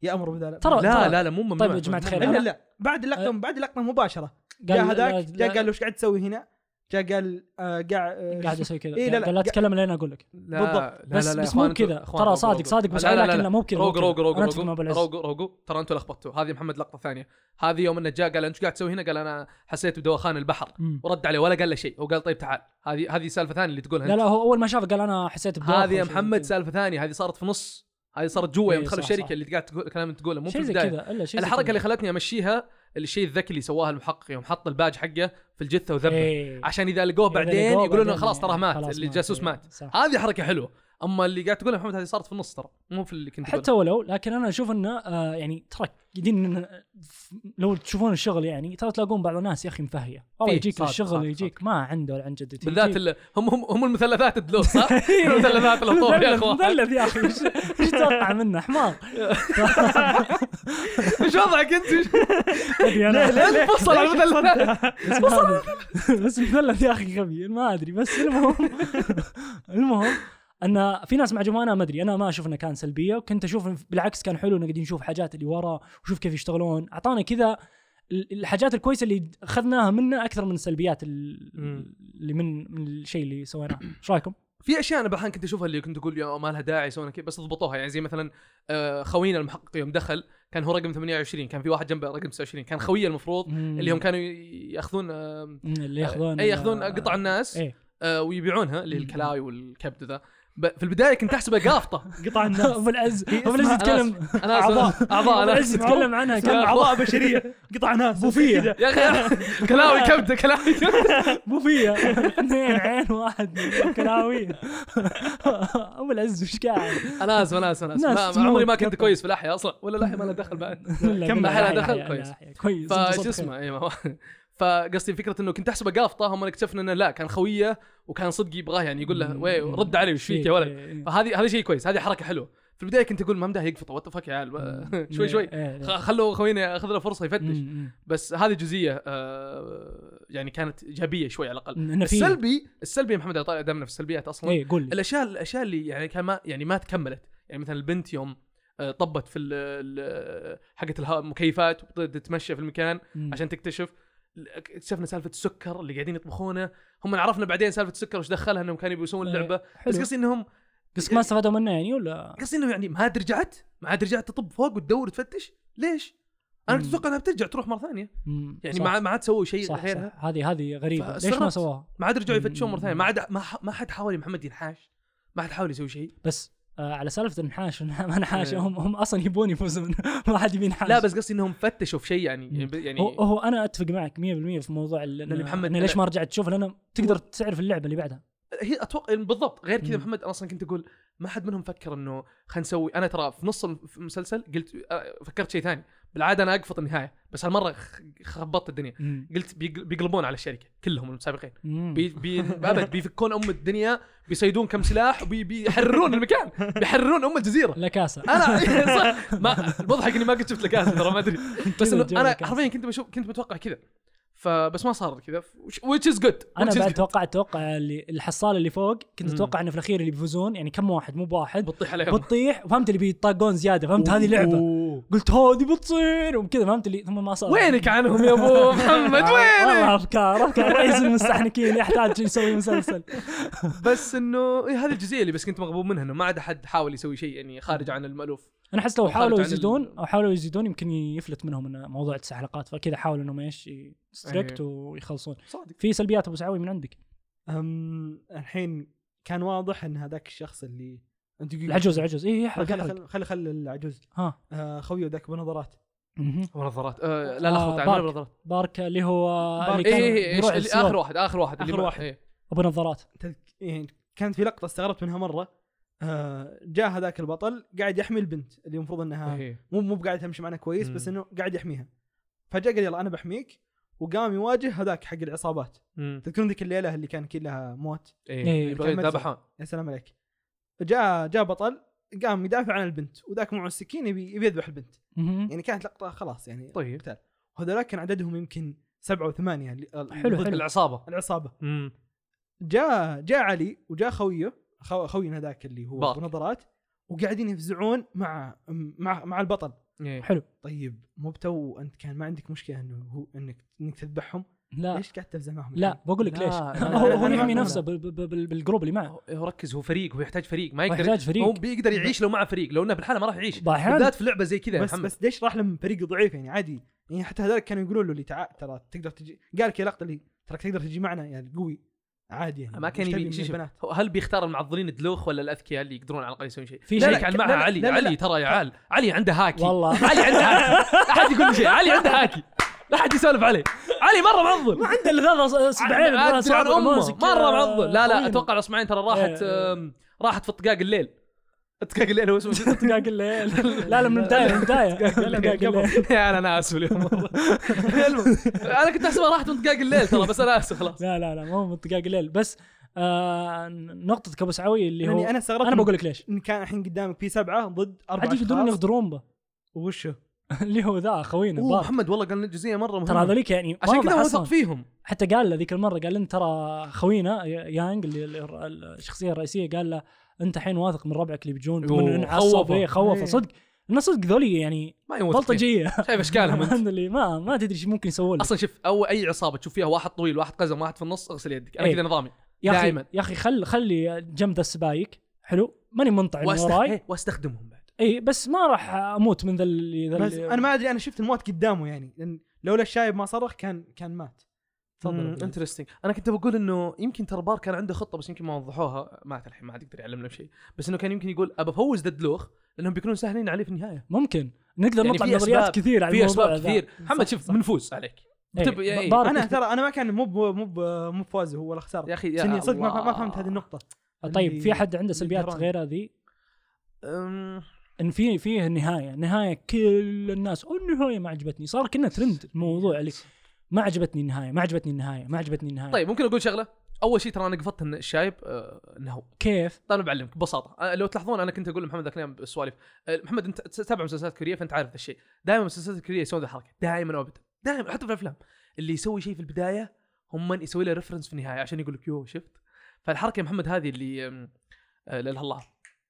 يأمر بذلك. ترى لا لا لا مو ممنوع. طيب يا جماعة خير، لا لا بعد اللقطة أه بعد اللقطة مباشرة جاء هذاك جاء قال له ايش قاعد تسوي هنا، جاء قال آه قاعد آه قاعد اسوي كذا. إيه لا لا قال لا تتكلم لين اقول لك. لا بالضبط. لا بس لا لا بس مو كذا ترى، صادق صادق بس لا لا لا لكن مو كذا. روق روق روق روق روق روق ترى انتوا لخبطتوا. هذه محمد لقطه ثانيه. هذه يوم انه جاء قال انت قاعد تسوي هنا، قال انا حسيت بدوخان البحر مم. ورد عليه ولا قال له شيء، وقال طيب تعال. هذه هذه سالفه ثانيه اللي تقولها. لا لا هو اول ما شافه قال انا حسيت بدوخان. هذه يا محمد سالفه ثانيه، هذه صارت في نص، هذه صارت جوا يوم إيه دخلوا صح الشركه صح. اللي قاعد تقول كلام انت تقوله، مو في شيء زي البدايه. كذا الا شيء الحركه اللي خلتني امشيها الشيء الذكي اللي سواها المحقق يوم حط الباج حقه في الجثه وذبه، إيه. عشان اذا لقوه إذا بعدين لقوه يقولون انه بعدين خلاص ترى مات، خلاص اللي مات. جاسوس إيه. مات. صح. هذه حركه حلوه. اما اللي قاعد تقوله محمد هذه صارت في النص ترى، مو في اللي كنت حتى ولو، لكن انا اشوف انه آه يعني ترى قاعدين لو تشوفون الشغل يعني ترى تلاقون بعض الناس يا اخي مفهيه والله يجيك صادق الشغل صادق يجيك صادق. ما عنده ولا عن جد بالذات ال- هم هم هم المثلثات الدلوس صح؟ المثلثات الطوب يا اخوان. مثلث يا اخي ايش ايش تتوقع منه حمار؟ ايش وضعك انت؟ ادري انا ليه فصل على المثلثات؟ بس مثلث يا اخي غبي ما ادري. بس المهم المهم ان في ناس معجبانه ما ادري، انا ما اشوف انه كان سلبيه، وكنت اشوف بالعكس كان حلو انه قاعدين نشوف حاجات اللي ورا وشوف كيف يشتغلون. اعطانا كذا الحاجات الكويسه اللي اخذناها منه اكثر من السلبيات اللي من من الشيء اللي سويناه. ايش رايكم؟ في اشياء انا بحان كنت اشوفها اللي كنت اقول يا ما لها داعي يسوونها كذا، بس ضبطوها. يعني زي مثلا آه خوينا المحقق يوم دخل كان هو رقم ثمانية وعشرين، كان في واحد جنبه رقم تسعة وعشرين، كان خويه المفروض مم. اللي هم كانوا ياخذون آه اللي ياخذون اي ياخذون قطع الناس ايه. آه ويبيعونها اللي هي الكلاوي والكبد ذا. في البدايه كنت احسبها قافطه قطع الناس. ابو العز ابو العز يتكلم انا اعضاء اعضاء انا العز يتكلم عنها كان اعضاء بشريه قطع ناس بوفيه يا اخي كلاوي كبده كلاوي كبده بوفيه اثنين عين واحد كلاوي. ابو العز وش قاعد؟ انا اسف انا اسف انا ناس اسف ما عمري ما تموت كنت كويس في الاحياء اصلا، ولا الاحياء ما له دخل بعد. كم لها دخل كويس. كويس فش اسمه اي ما فقصدي فكره انه كنت احسبه قافطه، هم اكتشفنا انه لا كان خويه وكان صدق يبغاه يعني يقول له وي رد علي وش فيك يا ولد. فهذه هذا شيء كويس، هذه حركه حلوه. في البدايه كنت اقول ما مداه يقفط وات فك يا عيال شوي شوي خلوا خوينا ياخذ له فرصه يفتش. بس هذه جزئيه آه يعني كانت ايجابيه شوي على الاقل. السلبي السلبي محمد طالع دامنا في السلبيات اصلا. ايه قول لي. الاشياء الاشياء اللي يعني كان ما يعني ما تكملت. يعني مثلا البنت يوم طبت في حقه المكيفات وتتمشى في المكان مم. عشان تكتشف، اكتشفنا سالفه السكر اللي قاعدين يطبخونه. هم عرفنا بعدين سالفه السكر وش دخلها انهم كانوا يسوون اللعبه. بس قصدي انهم قصدك ما استفادوا منه يعني ولا قصدي انه يعني ما رجعت ما عاد رجعت تطب فوق وتدور وتفتش ليش؟ انا كنت اتوقع انها بترجع تروح مره ثانيه. مم. يعني ما ما عاد سووا شيء صح غيرها. صح. هذه هذه غريبه ليش ما سووها؟ ما عاد رجعوا يفتشون مره ثانيه. ما عاد ما, ما حد حاول محمد ينحاش، ما حد حاول يسوي شيء. بس آه على سالفه النحاش ما نحاش هم هم اصلا يبون يفوزون ما حد يبي ينحاش. لا بس قصدي انهم فتشوا في شيء يعني يعني هو, هو انا اتفق معك مية بالمية في موضوع اللي محمد أنا ليش ما رجعت تشوف، لانه تقدر تعرف اللعبه اللي بعدها. هي اتوقع بالضبط. غير كذا محمد اصلا كنت اقول ما حد منهم فكر انه خلينا نسوي. انا ترى في نص المسلسل قلت فكرت شيء ثاني. بالعاده انا اقفط النهايه، بس هالمره خبطت الدنيا. مم. قلت بيقلبون على الشركه كلهم المسابقين. مم. بي بي ابد بيفكون ام الدنيا، بيصيدون كم سلاح وبيحررون المكان، بيحررون ام الجزيره. لا كاسه انا صح ما المضحك اني ما قد شفت لكاسه ترى ما ادري. بس إنه انا حرفيا كنت بشوف كنت متوقع كذا، فبس ما صار كذا which is good. انا بعد توقعت اتوقع اللي الحصاله اللي فوق كنت اتوقع انه في الاخير اللي بيفوزون يعني كم واحد مو بواحد بتطيح عليهم بتطيح. وفهمت اللي بيطاقون زياده، فهمت هذه لعبه. قلت هذه بتصير وكذا، فهمت اللي ثم ما صار. وينك عنهم يا ابو محمد وينك؟ والله افكار افكار رئيس المستحنكين يحتاج يسوي مسلسل. بس انه إيه هذه الجزئيه اللي بس كنت مغبوب منها، انه ما عاد احد حاول يسوي شيء يعني خارج عن المألوف. انا حس لو حاولوا يزيدون او حاولوا يزيدون يمكن يفلت منهم ان موضوع تسع حلقات، فكذا حاولوا انهم ايش ستريكت ويخلصون. صادق. في سلبيات ابو سعوي من عندك؟ أم الحين كان واضح ان هذاك الشخص اللي انت العجوز العجوز ايه يحرق خلي خلي خلي العجوز ها آه خويه ذاك بنظرات ونظرات آه لا لا خط آه عن نظرات بارك اللي هو اللي اللي كان إيه إيه اللي اخر واحد اخر واحد اللي آخر واحد إيه. ابو نظارات. إيه كانت في لقطه استغربت منها مره. آه جاء هذاك البطل قاعد يحمي البنت اللي المفروض انها إيه. مو مو قاعد تمشي معنا كويس مم. بس انه قاعد يحميها. فجاء قال يلا انا بحميك، وقام يواجه هذاك حق العصابات. تذكرون ذيك الليله اللي كان كلها موت؟ ايه ذبحان. يا سلام عليك. جاء جاء بطل قام يدافع عن البنت، وذاك معه السكين يبي يبي يذبح البنت. يعني كانت لقطه خلاص يعني طيب. قتال. وهذول كان عددهم يمكن سبعة وثمانية. حلو حلو. العصابه العصابه مم. جاء جاء علي وجاء خويه خو خوينا هذاك اللي هو بنظرات، وقاعدين يفزعون مع مع مع البطل. إيه. حلو. طيب مو بتو انت كان ما عندك مشكله انه هو انك انك تذبحهم؟ لا ليش قاعد تفزع معهم؟ لا بقول لك لا، ليش لا، هو لا، هو أنا يحمي ما- نفسه بال- بال- بال- بالجروب اللي معه. هو ركز، هو فريق، هو يحتاج فريق، ما هو يقدر يحتاج فريق. هو بيقدر يعيش لو معه فريق، لو انه بالحاله ما راح يعيش، ضاحين. بالذات في لعبه زي كذا يا بس محمد. بس ليش راح لهم فريق ضعيف يعني عادي يعني حتى هذول كانوا يقولوا له اللي تعال ترى تقدر تجي، قال لك يا لقطه اللي ترى تقدر تجي معنا يعني قوي عادي يعني ما كان إيش تبي يبي من شوف، البنات؟ هو هل بيختار المعضلين الدلوخ ولا الاذكياء اللي يقدرون على الاقل يسوون شيء؟ في لا شيء لا كان لا، معها لا، علي. لا، لا، علي لا. ترى يا عال، علي عنده هاكي والله علي عنده هاكي. احد يقول لي شيء، علي عنده هاكي، لا احد يسولف عليه. علي مره معضل، ما عنده الا ثلاث اصبعين عن أصابع امه ماسك، مره آه، معضل. لا لا طويل. اتوقع الاصبعين ترى راحت إيه. آم، راحت في طقاق الليل. طقاق الليل هو اسمه شو؟ دقاق الليل. لا لا من البدايه من البدايه دقاق الليل. يا انا اسف اليوم والله. المهم، انا كنت احسبها راحت من دقاق الليل ترى، بس انا اسف خلاص. لا لا لا مو من دقاق الليل. بس آه نقطة ابو سعوي اللي هو يعني انا استغربت انا بقول لك ليش ان كان الحين قدامك في سبعه ضد اربعه عاد يقدرون اشخاص يغدرون به. وشو اللي هو ذا خوينا اوه باب. محمد والله قال لنا جزئيه مره مهمه، ترى هذوليك يعني عشان واضح كذا أصلاً. وثق فيهم. حتى قال له ذيك المره قال انت ترى خوينا يانج اللي اللي- الشخصيه الرئيسيه قال له انت الحين واثق من ربعك اللي بيجون أوه، من انعصب خوفه. ايه خوفه إيه. صدق الناس صدق ذولي يعني ما يموت فيهم. بلطجيه. شايف اشكالهم انت. اللي ما ما تدري ايش ممكن يسوون لك. اصلا شوف، او اي عصابه تشوف فيها واحد طويل واحد قزم واحد في النص اغسل يدك، انا إيه. كذا نظامي يا اخي دائما. يا اخي خل خلي جنب ذا السبايك حلو ماني منطع من واستخ... وراي إيه، واستخدمهم بعد. اي بس ما راح اموت من ذا اللي ذا بس اللي- انا ما ادري انا شفت الموت قدامه يعني لان لولا الشايب ما صرخ كان كان مات. تفضل انترستنج. انا كنت بقول انه يمكن ترى بار كان عنده خطه بس يمكن ما وضحوها، ما أعرف الحين ما حد يقدر يعلمنا بشيء، بس انه كان يمكن يقول ابى افوز ضد لوخ لانهم بيكونون سهلين عليه في النهايه. ممكن نقدر يعني نطلع في نظريات أسباب- كثير على في الموضوع اسباب ذا. كثير. محمد صح، شوف صح. بنفوز عليك. إيه، بتب... إيه. بار انا كثير. ترى انا ما كان مو ب- مو ب- مو بفوزه هو ولا خساره يا اخي سني يا صدق ما الله. ما فهمت هذه النقطه. طيب اللي- في حد عنده سلبيات اللي غير هذه؟ أم... ان في فيه النهايه النهايه كل الناس أو النهايه ما عجبتني صار كنا ترند الموضوع اللي ما عجبتني النهايه ما عجبتني النهايه ما عجبتني النهايه. طيب ممكن اقول شغله. اول شيء ترى انا قفطت ان الشايب آه انه هو. كيف؟ طيب بعلمك ببساطه. آه لو تلاحظون انا كنت اقول لمحمد ذاك اليوم بالسوالف، آه محمد انت تتابع مسلسلات كوريه فانت عارف ذا الشيء. دائما المسلسلات الكوريه يسوون ذا الحركه دائما وابدا، دائما حتى في الافلام اللي يسوي شيء في البدايه هم من يسوي له ريفرنس في النهايه عشان يقول لك يو شفت. فالحركه يا محمد هذه اللي آم، آه لا اله الا الله،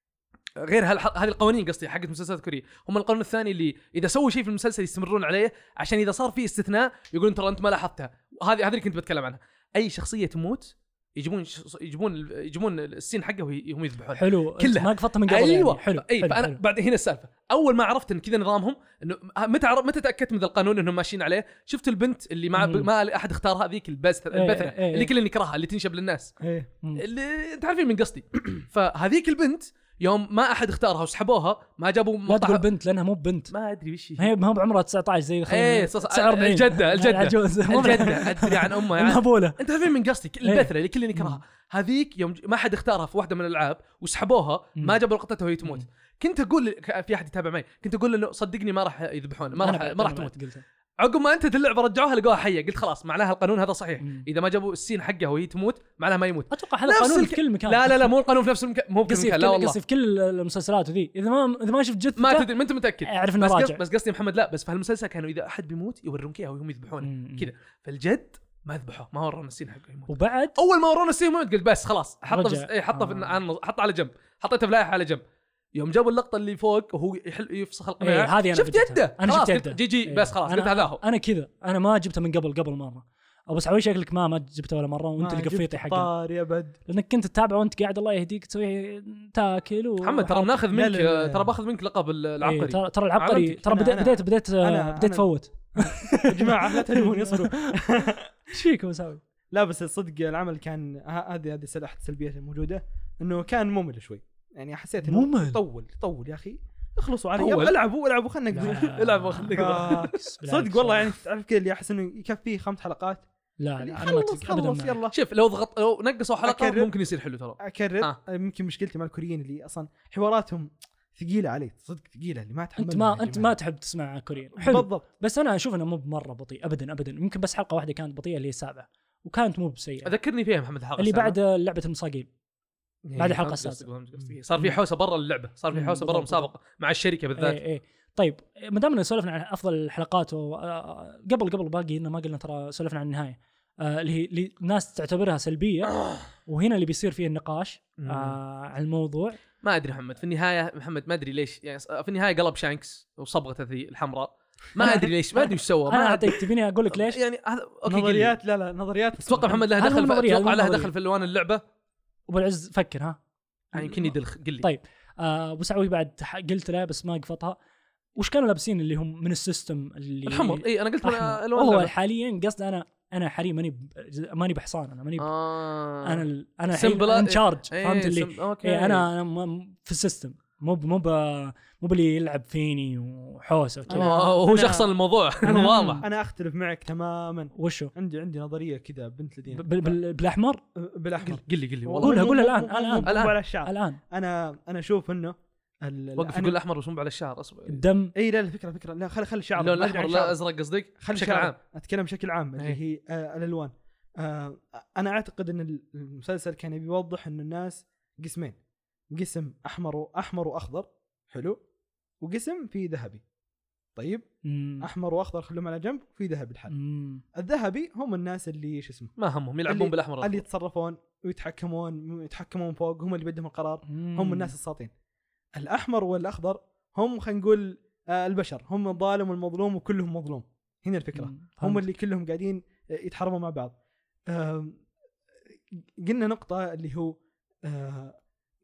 غير هالح- هذه القوانين قصدي حقت المسلسلات الكوريه. هم القانون الثاني اللي اذا سووا شيء في المسلسل يستمرون عليه عشان اذا صار فيه استثناء يقولون ترى انت ما لاحظتها. وهذه هذه اللي كنت بتكلم عنها. اي شخصيه تموت يجيبون ش- يجيبون يجيبون السين حقه وهم يذبحون حلو كلها. ما قفطت من قبل ايوه يعني. حلو اي حلو فانا حلو. بعد هنا السالفه. اول ما عرفت ان كذا نظامهم انه متى عرف متى تاكدت من ذا القانون انهم ماشيين عليه. شفت البنت اللي ما مم. ما احد اختارها ذيك البث إيه، البثره إيه، إيه. اللي كلنا نكرهها اللي تنشب للناس ايه مم. اللي انت عارفين من قصدي. فهذيك البنت يوم ما احد اختارها وسحبوها ما جابوا لا تقول مقطع. بنت لانها مو بنت ما ادري وش هي ما هو بعمرها تسعة عشر زي ايه صص... الجده الجده العجوز الجده ادري عن امها يعني. المهبوله. انت عارفين من قصدي إيه. البثره اللي كلنا نكرهها. هذيك يوم ج- ما حد اختارها في واحده من الالعاب وسحبوها مم. ما جابوا لقطتها وهي تموت. مم. كنت اقول ك- في احد يتابع معي كنت اقول انه صدقني ما راح يذبحون ما راح ما راح تموت. عقب ما انتهت اللعبه رجعوها لقوها حيه. قلت خلاص معناها القانون هذا صحيح. مم. اذا ما جابوا السين حقها وهي تموت معناها ما يموت. اتوقع هذا نفس قانون الك- في كل مكان. لا لا لا مو القانون في نفس المكان مو في قصدي المكان في لا كل والله قصدي في كل المسلسلات وذي اذا ما اذا ما شفت جثته ما تدري ما انت متاكد. اعرف انه بس قص- راجع. بس قصدي محمد لا بس في هالمسلسل كانوا اذا احد بيموت يورونك اياه وهم يذبحونه مم. كذا. فالجد ما ذبحوه ما ورونا السين حقه يموت. وبعد اول ما ورونا السين يموت قلت بس خلاص حطه رجع. في... ايه حطه في آه. عن- حطه على جنب. حطيته في لائحه على جنب. يوم جابوا اللقطه اللي فوق وهو يحل يفسخ القناع إيه هذه انا شفت جبتها. يده انا خلاص شفت قلت يده جي جي إيه. بس خلاص قلت أنا- هذا هو. انا كذا انا ما جبته من قبل قبل مره. ابو سعوي شكلك ما ما جبته ولا مره وانت اللي قفيطي حقه طار يا بد لانك كنت تتابع وانت قاعد الله يهديك تسوي تاكل و... محمد ترى بناخذ لا، منك لا، لا. ترى باخذ منك لقب إيه العبقري. ترى ترى العبقري علمتك. ترى أنا- بديت أنا- بديت بديت أنا- بديت أنا- تفوت. يا جماعه لا تلومون يصبروا. ايش فيك ابو سعوي؟ لا بس الصدق العمل كان ه- هذه هذه سلاح السلبيات الموجوده انه كان ممل شوي يعني حسيت انه ممل؟ يطول يطول يا اخي اخلصوا علي طول. يلا العبوا العبوا خلنا لا. نقضي العب خليك صدق والله يعني تعرف كذا اللي احس انه يكفيه خمس حلقات لا يعني لا انا ما خلص أتفق أبداً خلص معك. يلا شوف لو ضغط لو نقصوا حلقه أكرر. ممكن يصير حلو ترى. اكرر آه. يمكن مشكلتي مع الكوريين اللي اصلا حواراتهم ثقيله علي صدق ثقيله اللي ما تحمل انت ما انت ما تحب تسمع كوريين حلو بالضبط بس انا اشوف انه مو بمره بطيء ابدا ابدا يمكن بس حلقه واحده كانت بطيئه اللي هي السابعه وكانت مو بسيئه اذكرني فيها محمد الحلقه اللي السابعة. بعد لعبه المصاقيل إيه، بعد الحلقة فهمت السادسة. قصدك، فهمت قصدك. صار في حوسه برا اللعبه صار في مم، حوسه برا بالضبط، المسابقه مع الشركه بالذات. ايه ايه طيب ما دامنا سولفنا عن افضل الحلقات و... آه، قبل قبل باقي انه ما قلنا ترى سولفنا عن النهايه آه اللي هي اللي الناس تعتبرها سلبيه، وهنا اللي بيصير فيه النقاش آه على الموضوع. ما ادري محمد في النهايه، محمد ما ادري ليش يعني في النهايه قلب شانكس وصبغته ذي الحمراء، ما ادري ليش، ما ادري ايش سوى. انا اعطيك تبيني اقول لك ليش يعني اوكي نظريات. لا لا نظريات. اتوقع محمد لها دخل في اتوقع لها دخل في الوان اللعبه. ابو العز فكر ها يعني يمكن يدل قل لي. طيب آه ابو سعوي بعد قلت له بس ما قفطها. وش كانوا لابسين اللي هم من السيستم اللي الحمر؟ اي انا قلت الوان. هو حاليا قصد انا انا حاليا ماني ماني بحصان، انا ماني آه. انا ال... انا ان شارج إيه فهمت اللي إيه انا انا في السيستم، مو مو مو باللي يلعب فيني وحوسه وكذا. هو شخصا الموضوع واضح. انا اختلف معك تماما. وشو عندي عندي نظريه كذا بنت لذينه بالاحمر. بالاحمر قل لي قل لي قولها قولها الان الان الان على الشعر. الان انا انا اشوف انه وقف يقول الاحمر وصوب على الشعر اصبر الدم. اي لا الفكره فكره لا خلي خلي الشعر اللون الاحمر لا ازرق قصدك بشكل عام. اتكلم بشكل عام اللي هي آه الالوان. آه انا اعتقد ان المسلسل كان بيوضح ان الناس قسمين، قسم احمر واحمر واخضر حلو، وقسم فيه ذهبي. طيب مم. احمر واخضر خلهم على جنب، وفي ذهبي الحل. مم. الذهبي هم الناس اللي ايش اسمه ما همهم يلعبون بالاحمر اللي, اللي يتصرفون ويتحكمون يتحكمون فوق، هم اللي بيدهم القرار. مم. هم الناس الساطين. الاحمر والاخضر هم خلينا نقول آه البشر، هم الظالم والمظلوم وكلهم مظلوم. هنا الفكره. مم. هم اللي كلهم قاعدين يتحاربوا مع بعض. آه قلنا نقطه اللي هو آه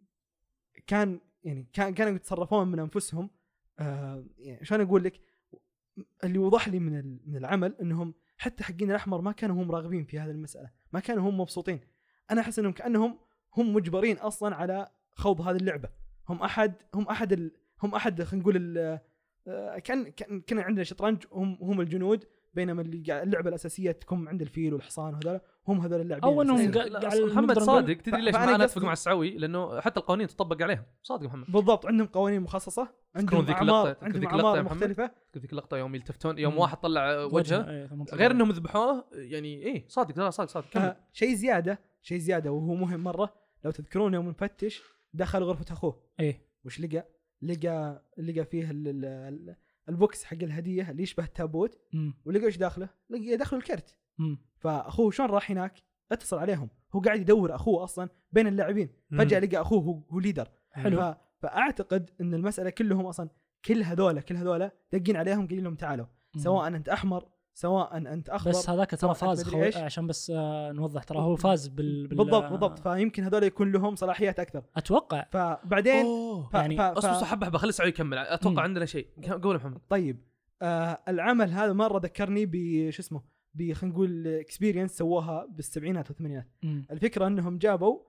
كان يعني كان كانوا يتصرفون من انفسهم. آه يعني شلون اقول لك، اللي وضح لي من من العمل انهم حتى حقين الاحمر ما كانوا هم راغبين في هذه المساله، ما كانوا هم مبسوطين. انا احس انهم كانهم هم مجبرين اصلا على خوض هذه اللعبه. هم احد هم احد ال هم احد خلينا نقول كان كان كان عندنا شطرنج، هم هم الجنود، بينما اللي اللعبه الاساسيه تكون عند الفيل والحصان وهذول هم هذول اللاعبين. او انهم محمد صادق تدري ليش ما انا اتفق مع السعوي؟ لانه حتى القوانين تطبق عليهم. صادق محمد بالضبط، عندهم قوانين مخصصه، عندهم اعمار عندهم اعمار مختلفه. ذيك اللقطه يوم يلتفتون يوم مم. واحد طلع وجهه غير انهم ذبحوه يعني. ايه صادق لا صادق صادق آه شيء زياده شيء زياده وهو مهم مره. لو تذكرون يوم مفتش دخل غرفه اخوه، ايه وش لقى لقى لقى فيه ال ال البوكس حق الهديه اللي يشبه التابوت، ولقى ايش داخله؟ لقى داخل الكرت. مم. فاخوه شلون راح هناك؟ اتصل عليهم، هو قاعد يدور اخوه اصلا بين اللاعبين، فجاه لقى اخوه هو, هو ليدر. حلو. فاعتقد ان المساله كلهم اصلا كل هذولا كل هذولا دقين عليهم قايلين لهم تعالوا، سواء انت احمر سواء انت اخضر. بس هذاك ترى فاز خو... عشان بس آه نوضح ترى هو فاز بال, بال... بالضبط بالضبط. فيمكن هذول يكون لهم صلاحيات اكثر اتوقع. فبعدين ف... يعني اصبر ف... حبه حبه خلي سعيد يكمل. اتوقع مم. عندنا شيء قول محمد. طيب آه العمل هذا مره ذكرني بش اسمه بخلينا نقول اكسبيرينس سووها بالسبعينات والثمانينات. الفكره انهم جابوا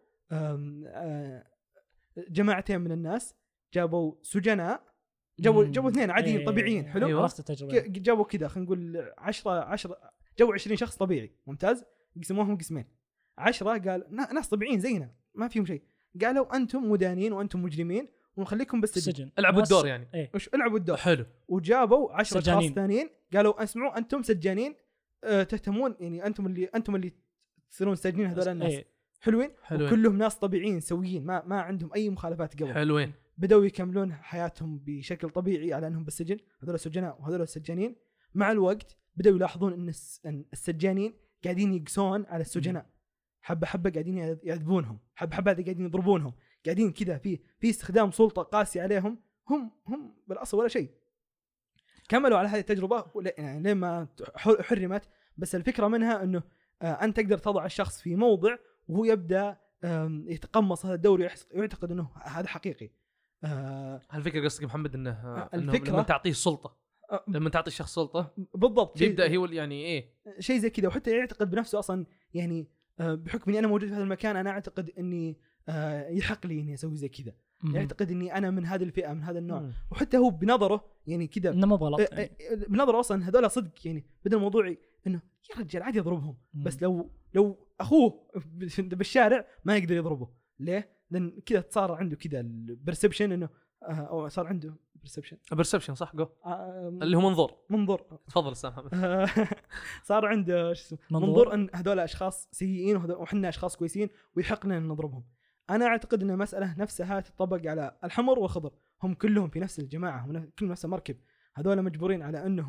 آه جماعتين من الناس، جابوا سجناء، جابوا جابوا اثنين عاديين طبيعيين. حلو. أيوة. عرفت التجربه. جابوا كذا خلينا نقول عشرة عشرة جابوا عشرين شخص طبيعي ممتاز، قسموهم قسمين. عشرة قال ناس طبيعيين زينا ما فيهم شيء، قالوا انتم مدانين وانتم مجرمين ونخليكم بالسجن، العبوا الدور يعني. ايه وش العبوا الدور. حلو. وجابوا عشرة اشخاص ثانيين قالوا اسمعوا انتم سجانين أه تهتمون يعني انتم اللي انتم اللي تصيرون ساجنين هذول الناس. ايه. حلوين. حلوين. وكلهم ناس طبيعيين سويين ما ما عندهم اي مخالفات قبل. حلوين. بدأوا يكملون حياتهم بشكل طبيعي على انهم بالسجن، هذول سجناء وهذول السجانين. مع الوقت بدأوا يلاحظون ان السجانين قاعدين يقسون على السجناء، حبه حبه قاعدين يعذبونهم، حبه حبه قاعدين يضربونهم، قاعدين كذا في في استخدام سلطه قاسيه عليهم. هم هم بالاصل ولا شيء. كملوا على هذه التجربه يعني لين ما حرمت. بس الفكره منها انه انت تقدر تضع الشخص في موضع وهو يبدا يتقمص هذا الدور ويعتقد انه هذا حقيقي. هل الفكره قصدك محمد انه الفكره لما تعطيه السلطه، لما تعطي الشخص سلطه بالضبط يبدا هو يعني ايه شيء زي كذا، وحتى يعتقد بنفسه اصلا يعني بحكم اني انا موجود في هذا المكان انا اعتقد اني يحق لي اني اسوي زي كذا، يعتقد اني انا من هذه الفئه من هذا النوع. مم. وحتى هو بنظره يعني كذا انه مو غلط يعني. بنظره اصلا هذول صدق يعني بدا الموضوع انه يا رجال عادي يضربهم. مم. بس لو لو اخوه بالشارع ما يقدر يضربه. ليه؟ لان كذا صار عنده كذا البرسبشن انه او صار عنده برسبشن برسبشن صح جو آه اللي هو منظور منظور تفضل استاذ محمد. صار عنده شو اسمه منظور ان هذول اشخاص سيئين وحنا اشخاص كويسين ويحقنا ان نضربهم. انا اعتقد ان المساله نفسها تطبق على الحمر والخضر، هم كلهم في نفس الجماعه، هم كلهم نفس المركب. هذول مجبورين على انهم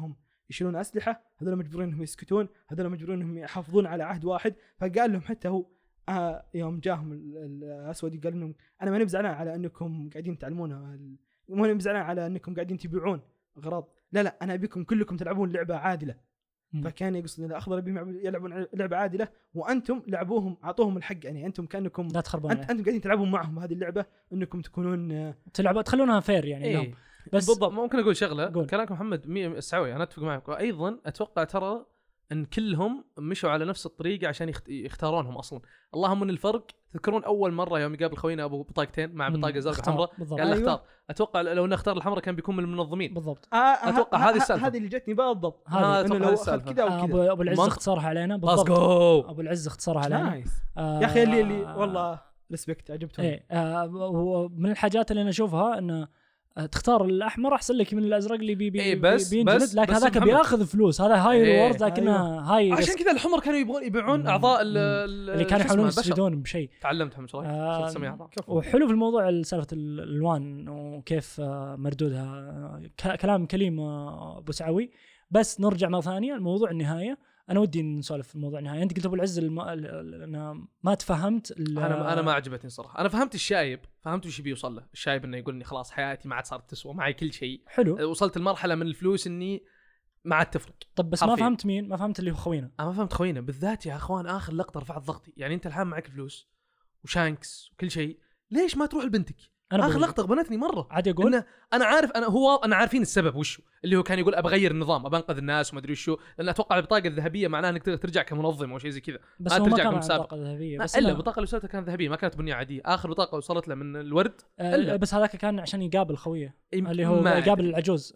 يشيلون اسلحه، هذول مجبورين انهم يسكتون، هذول مجبورين انهم يحافظون على عهد واحد. فقال لهم حتى هو آه يوم جاهم الاسود قال لهم انا ماني بزعلان على انكم قاعدين تعلمون، ماني بزعلان على انكم قاعدين تبيعون اغراض، لا لا انا ابيكم كلكم تلعبون لعبه عادله. م. فكان يقصد ان الاخضر يلعبون لعبه عادله وانتم لعبوهم اعطوهم الحق، يعني انتم كانكم لا تخربون أنت انتم قاعدين تلعبون معهم هذه اللعبه، انكم تكونون تلعبوا تخلونها فير يعني. إيه. نعم. بس بالضبط. ممكن اقول شغله قول. كلامك محمد مية سعوي، انا اتفق معك. وايضا اتوقع ترى ان كلهم مشوا على نفس الطريقه عشان يختارونهم اصلا. اللهم ان الفرق تذكرون اول مره يوم يقابل خوينا ابو بطاقتين مع بطاقه زرقاء حمراء قال له أيوة. اختار. اتوقع لو انه اختار الحمراء كان بيكون من المنظمين بالضبط. آه اتوقع هذه السالفه، هذه اللي جتني بالضبط. هذه انه لو اخذ كذا او كذا. ابو العز اختصرها علينا بالضبط. ابو العز اختصرها علينا. آه يا اخي اللي, اللي والله ريسبكت عجبتهم. ايه آه من الحاجات اللي انا اشوفها انه تختار الاحمر احسن لك من الازرق اللي بي بي إيه بس بينجلد، بس لكن هذاك بياخذ فلوس، هذا هاي إيه ريورد لكنها أيوة. هاي عشان كذا الحمر كانوا يبغون يبيعون اعضاء اللي كانوا يحاولون يستفيدون بشيء. تعلمتها من شوي آه سمي اعضاء. وحلو في الموضوع سالفه الالوان وكيف مردودها، كلام كليم ابو سعوي. بس نرجع مره ثانيه الموضوع النهايه، انا ودي نسولف في الموضوع النهايه. انت قلت ابو العز الم... انا ما تفهمت انا انا ما عجبتني صراحه. انا فهمت الشايب، فهمت وش بيوصل له الشايب، انه يقول لي خلاص حياتي ما عاد صارت تسوى معي كل شيء. حلو. وصلت المرحله من الفلوس اني ما عاد تفرق. طب بس حرفيا. ما فهمت مين؟ ما فهمت اللي هو خوينا. انا ما فهمت خوينا بالذات يا اخوان. اخر لقطه رفعت ضغطي. يعني انت الحين معك فلوس وشانكس وكل شيء، ليش ما تروح لبنتك؟ اخر لقطه غبنتني مره. عادي اقول إن انا عارف، انا هو انا عارفين السبب وشو اللي هو كان يقول ابى اغير النظام، ابى انقذ الناس وما ادري وشو، لان اتوقع البطاقه الذهبيه معناها انك تقدر ترجع كمنظم او شيء زي كذا. بس ما ترجع كمسابقه ذهبيه. بس الا البطاقه اللي وصلتها كانت ذهبيه، ما كانت بنيه عاديه. اخر بطاقه وصلت له من الورد أه بس هذاك كان عشان يقابل خويه اللي هو يقابل العجوز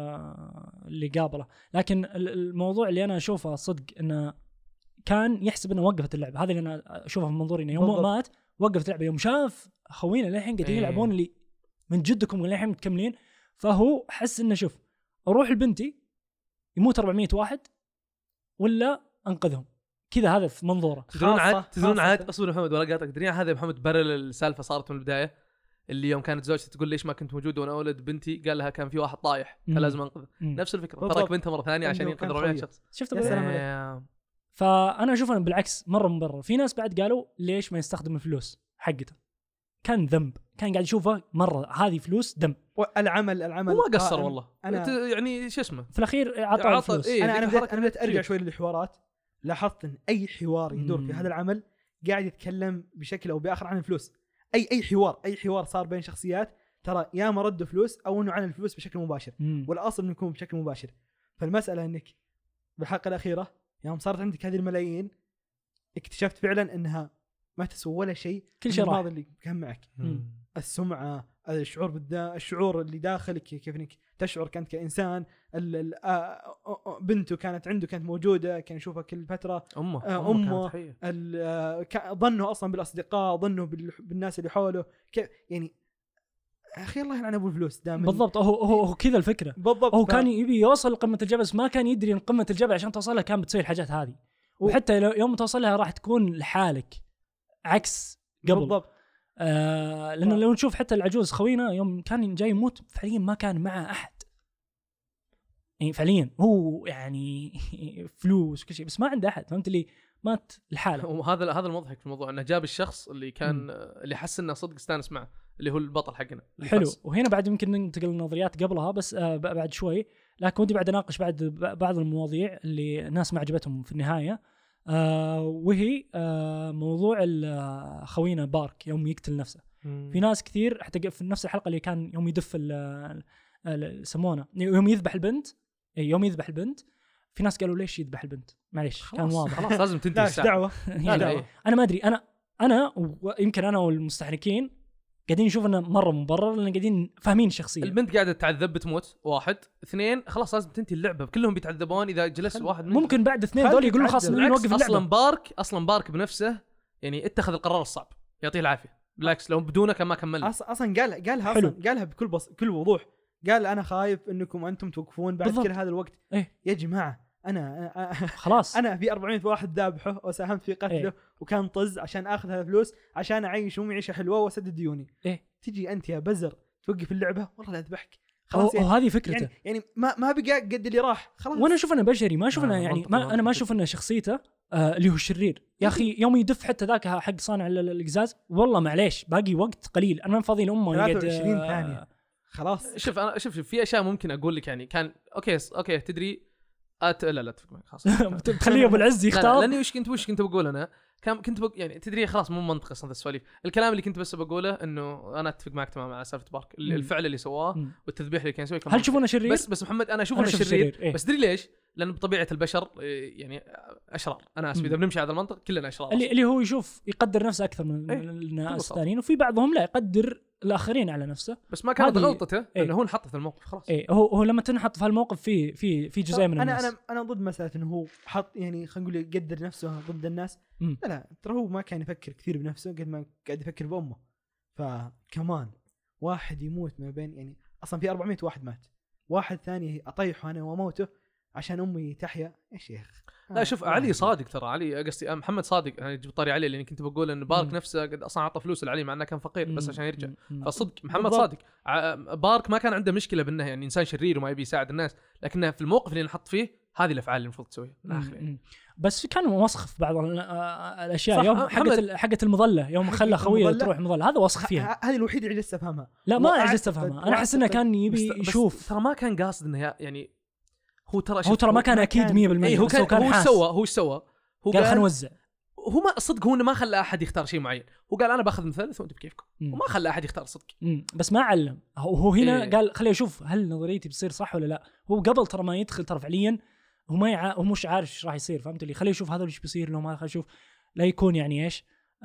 أه اللي قابله. لكن الموضوع اللي انا اشوفه صدق انه كان يحسب انه وقفت اللعبه. هذا اللي انا اشوفه من منظوري، انه يوم بالضبط. مات وقفت اللعبه. يوم شاف خوينا للحين قاعدين يلعبون اللي من جدكم للحين مكملين، فهو حس انه شوف اروح لبنتي يموت أربعمية واحد ولا انقذهم كذا. هذا في منظوره. تدرون عاد تدرون عاد اصبر محمد ولا قاطعك. تدرين هذا محمد برل السالفه صارت من البدايه، اللي يوم كانت زوجتي تقول ليش ما كنت موجود وانا اولد بنتي، قال لها كان في واحد طايح فلازم انقذه. نفس الفكره، ترك بنته مره ثانيه عشان ينقذ أربعمية شخص. شفت فانا اشوف انا بالعكس مره مبرر. في ناس بعد قالوا ليش ما يستخدم الفلوس حقته، كان ذنب، كان قاعد يشوفه مره هذه فلوس دم. العمل العمل وما قصر آه والله. أنا يعني شو اسمه في الاخير عطى الفلوس. إيه انا انا بدأت, أنا بدأت ارجع شوي للحوارات. لاحظت ان اي حوار يدور مم. في هذا العمل قاعد يتكلم بشكل او باخر عن الفلوس. اي اي حوار اي حوار صار بين شخصيات ترى يا ما ردوا فلوس او انه عن الفلوس بشكل مباشر، مم. والاصل انه يكون بشكل مباشر. فالمساله انك بالحلقه الاخيره يوم صارت عندك هذه الملايين اكتشفت فعلا انها ما تسوى ولا شيء. كل شيء راح اللي كان معك مم. السمعه، الشعور بالدا الشعور اللي داخلك، كيف انك تشعر كانت كانسان. بنته كانت عنده كانت موجوده، كان يشوفها كل فتره. امه امه ظنه اصلا بالاصدقاء، ظنه بالناس اللي حوله. يعني اخي الله يلعن ابو الفلوس دائما. بالضبط. هو هو كذا الفكره بالضبط. هو ف... كان يبي يوصل لقمه الجبل بس ما كان يدري ان قمه الجبل عشان توصلها كان بتسوي الحاجات هذه و... وحتى يوم توصلها راح تكون لحالك عكس قبل. بالضبط. آه لانه ف... لو نشوف حتى العجوز خوينا يوم كان جاي يموت فعليا ما كان معه احد، يعني فعليا هو يعني فلوس وكل شيء بس ما عنده احد. فهمت لي مات لحاله. وهذا هذا المضحك في الموضوع انه جاب الشخص اللي كان م. اللي حس انه صدق استانس معه، اللي هو البطل حقنا. حلو. وهنا بعد يمكن ننتقل للنظريات قبلها بس آه بعد شوي. لكن ودي بعد اناقش بعد بعض المواضيع اللي الناس ما عجبتهم في النهايه. آه وهي آه موضوع خوينا بارك يوم يقتل نفسه. م. في ناس كثير حتى في نفس الحلقه اللي كان يوم يدف يسمونه يوم يذبح البنت، يوم يذبح البنت في ناس قالوا ليش يذبح البنت؟ معليش كان واضح خلاص لازم تنتهي الساعه. دعوه يعني دعوة. انا ما ادري. انا انا ويمكن انا والمستحنكين قاعدين نشوف انه مره مبرر لان قاعدين فاهمين الشخصيه. البنت قاعده تعذب بتموت، واحد اثنين خلاص لازم تنتهي اللعبه، كلهم بيتعذبون اذا جلس واحد منهم. ممكن بعد اثنين دول يقولون خلاص نوقف اللعبه. اصلا بارك اصلا بارك بنفسه يعني اتخذ القرار الصعب، يعطيه العافيه. بالعكس لو بدونه كان ما كملنا. اصلا قال قالها اصلا قالها بكل بص... كل وضوح. قال انا خايف انكم انتم توقفون بعد كل هذا الوقت. إيه؟ يا جماعه انا خلاص انا في أربعمية واحد ذابحه وساهمت في قتله. إيه؟ وكان طز عشان اخذ هذا الفلوس عشان اعيش ومعيشه حلوه واسدد ديوني. إيه؟ تجي انت يا بزر توقف اللعبه؟ والله لا اذبحك. خلاص يعني وهذه فكرته يعني, يعني ما ما بقى قد اللي راح خلاص. وانا اشوف انه بشري ما اشوف انه آه يعني ما انا ما اشوف انه شخصيته آه اللي هو الشرير يا اخي. يوم يدف حتى ذاك حق صانع القزاز والله معليش باقي وقت قليل انا فاضي الامه ثلاثة وعشرين ثانيه خلاص. شوف انا شوف في اشياء ممكن اقول لك يعني كان اوكي اوكي تدري أت... لا لا تفك معي خلاص تخليه ابو العز يختار. لاني وش كنت وش كنت بقول انا كان كنت بق... يعني تدري خلاص مو منطقي اصلا السواليف. الكلام اللي كنت بس بقوله انه انا اتفق معك تماما على سالفه بارك الفعل اللي سواه والتذبيح اللي كان يسويه. هل تشوفونه شرير؟ بس بس محمد انا اشوفه شرير, شرير. إيه؟ بس تدري ليش؟ لأن بطبيعة البشر يعني أشرار. أنا أسف إذا بنمشي هذا المنطق كلنا أشرار. اللي, اللي هو يشوف يقدر نفسه أكثر من إيه؟ الناس الثانيين وفي بعضهم لا يقدر الآخرين على نفسه. بس ما كانت غلطته إيه؟ إنه هو انحط في الموقف خلاص. إيه هو هو لما تنحط في هالموقف في في في جزء من الناس. أنا أنا أنا ضد مسألة إنه هو حط يعني خلينا نقول يقدر نفسه ضد الناس. م. لا لا ترى هو ما كان يفكر كثير بنفسه قد ما قاعد يفكر بأمه. فكمان واحد يموت ما بين يعني أصلا في أربعمية واحد مات. واحد ثاني أطيحه أنا وأموته عشان أمي تحيا. إيش يا أخي؟ لا شوف آه علي صادق ترى. علي قصدي محمد صادق. أنا يعني جبت طاري علي لأني كنت بقول إن بارك م. نفسه قد أصلا عطى فلوس لعلي مع أنه كان فقير بس عشان يرجع. م. فصدق محمد بالضبط. صادق. بارك ما كان عنده مشكلة بأنه يعني إنسان شرير وما يبي يساعد الناس لكنه في الموقف اللي نحط فيه هذه الأفعال اللي المفروض تسويها من الآخر يعني. بس كان وسخ في بعض الاشياء يوم حقت حقت المظله يوم خلى خويه تروح مظله هذا وسخ فيها. هذه الوحيده اللي عجزت افهمها. لا ما عجزت افهمها انا احس انه كان يبي يشوف. ترى ما كان قاصد انه يعني هو ترى هو ترى ما كان اكيد مية بالمية. إيه هو كان هو ايش سوى هو ايش سوى هو قال خلينا نوزع. هو ما صدق هو ما خلى احد يختار شيء معين. هو قال انا باخذ مثلث وانت بكيفكم وما خلى احد يختار صدق. مم. بس ما علم هو هنا إيه. قال خليني اشوف هل نظريتي بتصير صح ولا لا. هو قبل ترى ما يدخل ترى فعليا هو ما يع... هو مش عارف ايش راح يصير. فهمت اللي خليه يشوف هذا ايش بيصير لو ما خليه يشوف لا يكون يعني ايش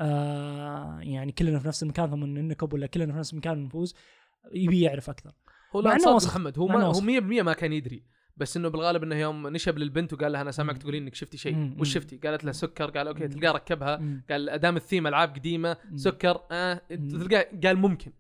آه يعني كلنا في نفس المكان ثم ننكب ولا كلنا في نفس المكان نفوز. يبي يعرف اكثر. هو لا صادق محمد هو ما هو مية بالمية ما كان يدري بس انه بالغالب انه يوم نشب للبنت وقال لها انا سامعك تقولين انك شفتي شيء وش شفتي قالت له سكر قال اوكي تلقاه ركبها مم. قال ادام الثيم العاب قديمه مم. سكر اه تلقاه قال ممكن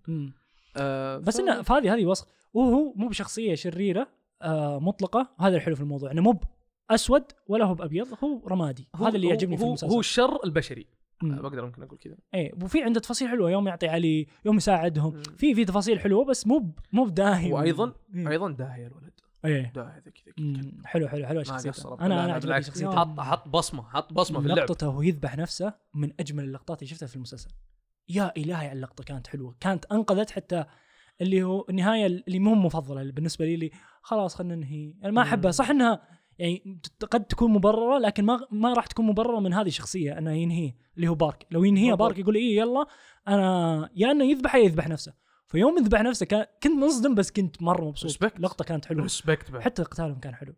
آه بس ف... انه فهذه هذه وصف وهو مو بشخصيه شريره آه مطلقه. هذا الحلو في الموضوع انه مو اسود ولا هو ابيض هو رمادي. هذا اللي يعجبني في المسلسل. هو الشر البشري بقدر ممكن اقول كذا. ايه وفي عنده تفاصيل حلوه يوم يعطي علي يوم يساعدهم مم. في في تفاصيل حلوه بس مو مو داهي. وايضا مم. ايضا داهي الولد. ايه ده هذا كذا حلو حلو حلو شخصيته. انا انا عجبني شخصيته. حط حط بصمه حط بصمه في اللعبه. لقطته وهو يذبح نفسه من اجمل اللقطات اللي شفتها في المسلسل. يا الهي على اللقطه كانت حلوه كانت انقذت حتى اللي هو النهايه اللي مو مفضله بالنسبه لي اللي خلاص خلينا ننهي. انا ما احبها صح انها يعني قد تكون مبرره لكن ما ما راح تكون مبرره من هذه الشخصيه انه ينهي اللي هو بارك. لو ينهيها بارك يقول ايه يلا انا يا انه يذبح يا يذبح نفسه. فيوم يذبح نفسه كان كنت منصدم بس كنت مره مبسوط. لقطه كانت حلوه حتى قتالهم كان حلو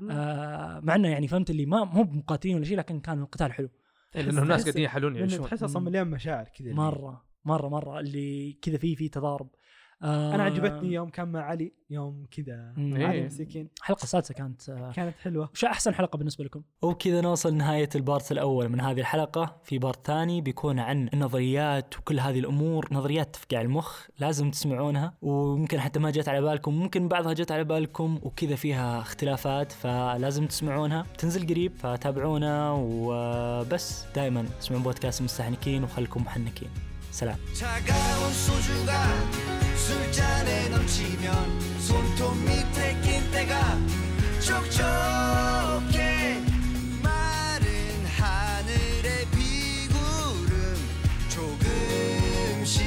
آه مع انه يعني فهمت اللي ما مو مقاتلين ولا شيء لكن كان القتال حلو لانه الناس قاعدين يحلون يعيشون. تحس اصلا مليان مشاعر كذا مره مره مره اللي كذا فيه فيه تضارب. آه انا عجبتني يوم كان مع علي يوم كذا علي مسكين. الحلقه السادسه كانت آه كانت حلوه. وش احسن حلقه بالنسبه لكم؟ وبكذا نوصل نهايه البارت الاول من هذه الحلقه. في بارت ثاني بيكون عن النظريات وكل هذه الامور نظريات تفقع المخ لازم تسمعونها وممكن حتى ما جت على بالكم ممكن بعضها جت على بالكم وكذا فيها اختلافات فلازم تسمعونها. تنزل قريب فتابعونا وبس. دائما اسمعوا بودكاست المستحنكين وخلكم محنكين. سلام. 술잔에 넘치면 손톱 밑에 낀 때가 촉촉해 마른 하늘의 비구름 조금씩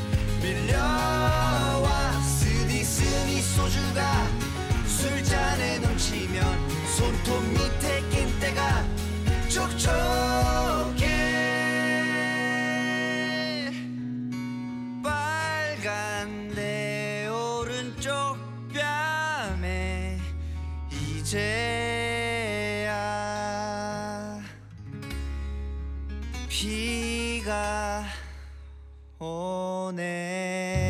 밀려와 스디스니 소주가 술잔에 넘치면 손톱 밑에 낀 때가 촉촉해 이제야 비가 오네.